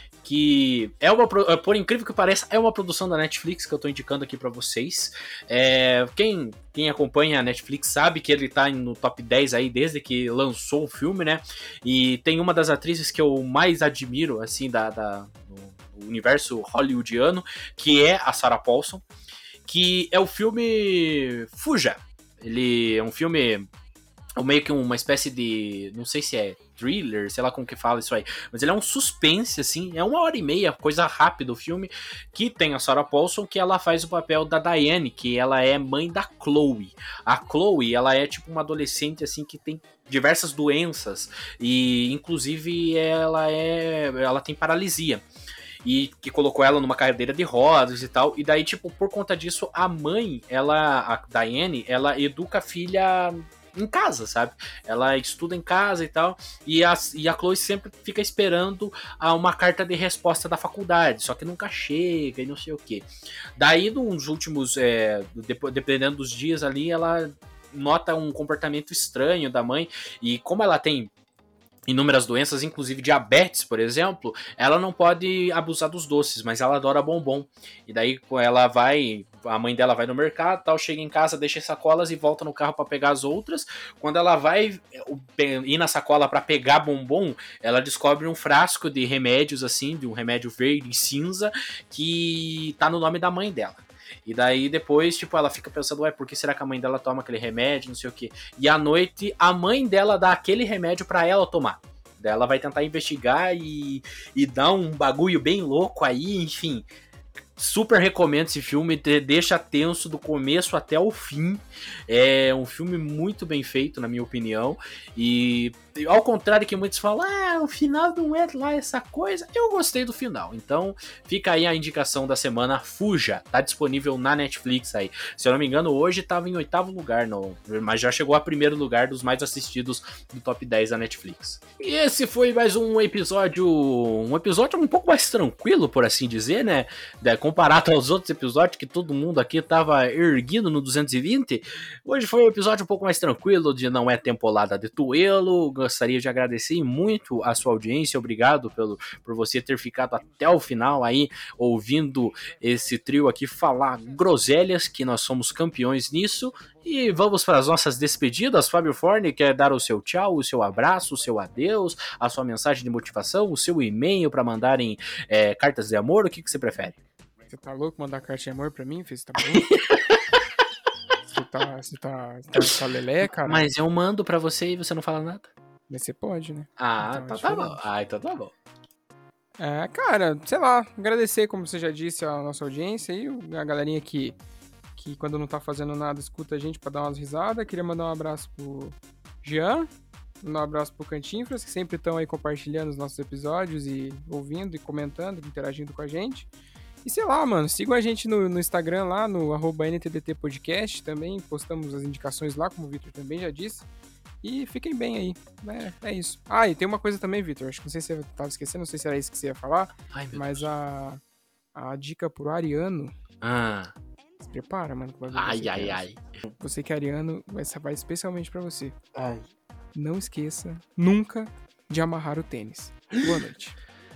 Que é uma, por incrível que pareça, é uma produção da Netflix que eu tô indicando aqui pra vocês. É, quem, quem acompanha a Netflix sabe que ele tá no top dez aí desde que lançou o filme, né? E tem uma das atrizes que eu mais admiro, assim, da, da, do universo hollywoodiano, que é a Sarah Paulson. Que é o filme Fuja. Ele é um filme, é meio que uma espécie de, não sei se é thriller, sei lá como que fala isso aí, mas ele é um suspense, assim, é uma hora e meia, coisa rápida o filme, que tem a Sarah Paulson, que ela faz o papel da Diane, que ela é mãe da Chloe. A Chloe, ela é tipo uma adolescente, assim, que tem diversas doenças, e inclusive ela é, ela tem paralisia. E que colocou ela numa cadeira de rodas e tal. E daí, tipo, por conta disso, a mãe, ela, a Diane, ela educa a filha em casa, sabe? Ela estuda em casa e tal. E a, e a Chloe sempre fica esperando uma carta de resposta da faculdade. Só que nunca chega e não sei o quê. Daí, nos últimos... É, dependendo dos dias ali, ela nota um comportamento estranho da mãe. E como ela tem inúmeras doenças, inclusive diabetes, por exemplo, ela não pode abusar dos doces, mas ela adora bombom. E daí ela vai, a mãe dela vai no mercado, tal, chega em casa, deixa as sacolas e volta no carro para pegar as outras. Quando ela vai ir na sacola para pegar bombom, ela descobre um frasco de remédios, assim, de um remédio verde e cinza, que tá no nome da mãe dela. E daí depois, tipo, ela fica pensando, ué, por que será que a mãe dela toma aquele remédio, não sei o quê. E à noite, a mãe dela dá aquele remédio pra ela tomar. Daí ela vai tentar investigar e, e dar um bagulho bem louco aí, enfim. Super recomendo esse filme, deixa tenso do começo até o fim. É um filme muito bem feito, na minha opinião. E ao contrário que muitos falam, ah, o final não é lá essa coisa, eu gostei do final. Então, fica aí a indicação da semana, Fuja, tá disponível na Netflix aí. Se eu não me engano, hoje tava em oitavo lugar, no, mas já chegou a primeiro lugar dos mais assistidos do top dez da Netflix. E esse foi mais um episódio, um episódio um pouco mais tranquilo, por assim dizer, né? Comparado aos outros episódios que todo mundo aqui tava erguindo no duzentos e vinte, hoje foi um episódio um pouco mais tranquilo, de Não É Tempolada de Tuelo. Gostaria de agradecer muito a sua audiência, obrigado pelo, por você ter ficado até o final aí, ouvindo esse trio aqui falar groselhas, que nós somos campeões nisso. E vamos para as nossas despedidas. Fábio Forni quer dar o seu tchau, o seu abraço, o seu adeus, a sua mensagem de motivação, o seu e-mail para mandarem é, cartas de amor, o que, que você prefere? Você tá louco mandar carta de amor pra mim, filho? Você tá bom? Você tá, você tá, tá, tá lelé, cara? Mas eu mando pra você e você não fala nada? Mas você pode, né? Ah, então, tá, tá bom. Ah, então tá bom. É, cara, sei lá, agradecer, como você já disse, a nossa audiência e a galerinha que, que quando não tá fazendo nada, escuta a gente pra dar umas risadas. Queria mandar um abraço pro Jean, mandar um abraço pro Cantinfras, que sempre estão aí compartilhando os nossos episódios e ouvindo e comentando, interagindo com a gente. E sei lá, mano, sigam a gente no, no Instagram lá, no arroba N T D T Podcast, também postamos as indicações lá, como o Victor também já disse. E fiquem bem aí, é, é isso. Ah, e tem uma coisa também, Victor, acho que não sei se você tava esquecendo, não sei se era isso que você ia falar, Ai, mas a, a dica pro Ariano, ah. se prepara, mano. Que vai ver ai, você ai, ai. Você que é ariano, essa vai especialmente pra você. Ai. Não esqueça nunca de amarrar o tênis. Boa noite.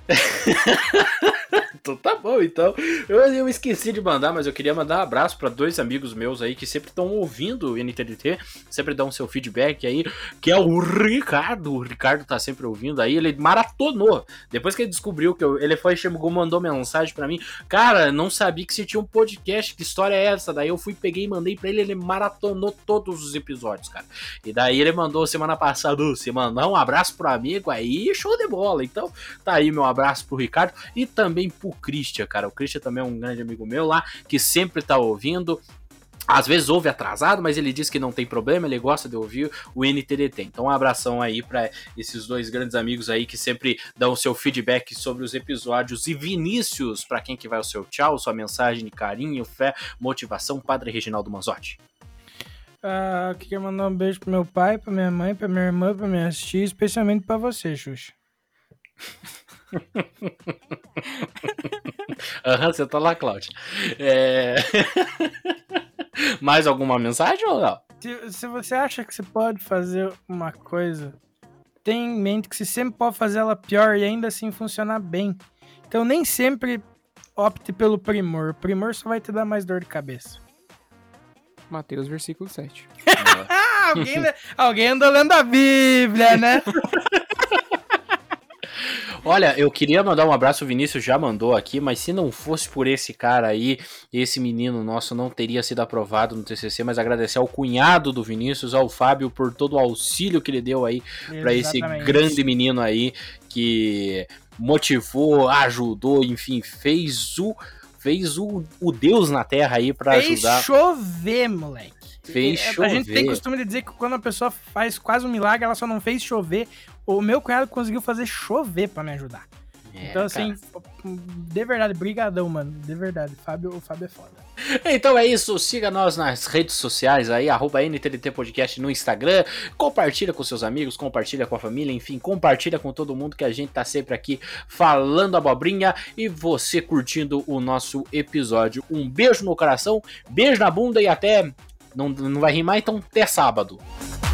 Então tá bom, então. Eu, eu esqueci de mandar, mas eu queria mandar um abraço pra dois amigos meus aí que sempre estão ouvindo o N T D T, sempre dão seu feedback aí, que é o Ricardo. O Ricardo tá sempre ouvindo aí, ele maratonou. Depois que ele descobriu que eu, ele foi, chegou, mandou mensagem pra mim, cara, não sabia que você tinha um podcast, que história é essa? Daí eu fui, peguei e mandei pra ele, ele maratonou todos os episódios, cara. E daí ele mandou semana passada, você mandar um abraço pro amigo aí, show de bola. Então tá aí meu abraço pro Ricardo e também pro Christian, cara. O Christian também é um grande amigo meu lá, que sempre tá ouvindo. Às vezes ouve atrasado, mas ele diz que não tem problema, ele gosta de ouvir o N T D T. Então um abração aí pra esses dois grandes amigos aí que sempre dão o seu feedback sobre os episódios. E Vinícius, pra quem que vai o seu tchau, sua mensagem de carinho, fé, motivação, Padre Reginaldo Manzotti. Uh, queria mandar um beijo pro meu pai, pra minha mãe, pra minha irmã, pra minha tia, especialmente pra você, Xuxa. Aham, uhum, você tá lá, Cláudia. É... Mais alguma mensagem ou não? Se, se você acha que você pode fazer uma coisa, tenha em mente que você sempre pode fazer ela pior e ainda assim funcionar bem. Então nem sempre opte pelo primor. O primor só vai te dar mais dor de cabeça. Mateus, versículo sete. alguém, alguém andou lendo a Bíblia, né? Olha, eu queria mandar um abraço, o Vinícius já mandou aqui, mas se não fosse por esse cara aí, esse menino nosso não teria sido aprovado no T C C, mas agradecer ao cunhado do Vinícius, ao Fábio, por todo o auxílio que ele deu aí para esse grande menino aí, que motivou, ajudou, enfim, fez o, fez o, o Deus na Terra aí para ajudar. Fez chover, moleque. Fez chover. A gente tem costume de dizer que quando a pessoa faz quase um milagre, ela só não fez chover. O meu cunhado conseguiu fazer chover pra me ajudar. É, então, assim, cara, de verdade, brigadão, mano. De verdade, Fábio, o Fábio é foda. Então é isso, siga nós nas redes sociais aí, arroba N T D T Podcast no Instagram, compartilha com seus amigos, compartilha com a família, enfim, compartilha com todo mundo que a gente tá sempre aqui falando abobrinha e você curtindo o nosso episódio. Um beijo no coração, beijo na bunda e até... Não, não vai rimar, então até sábado.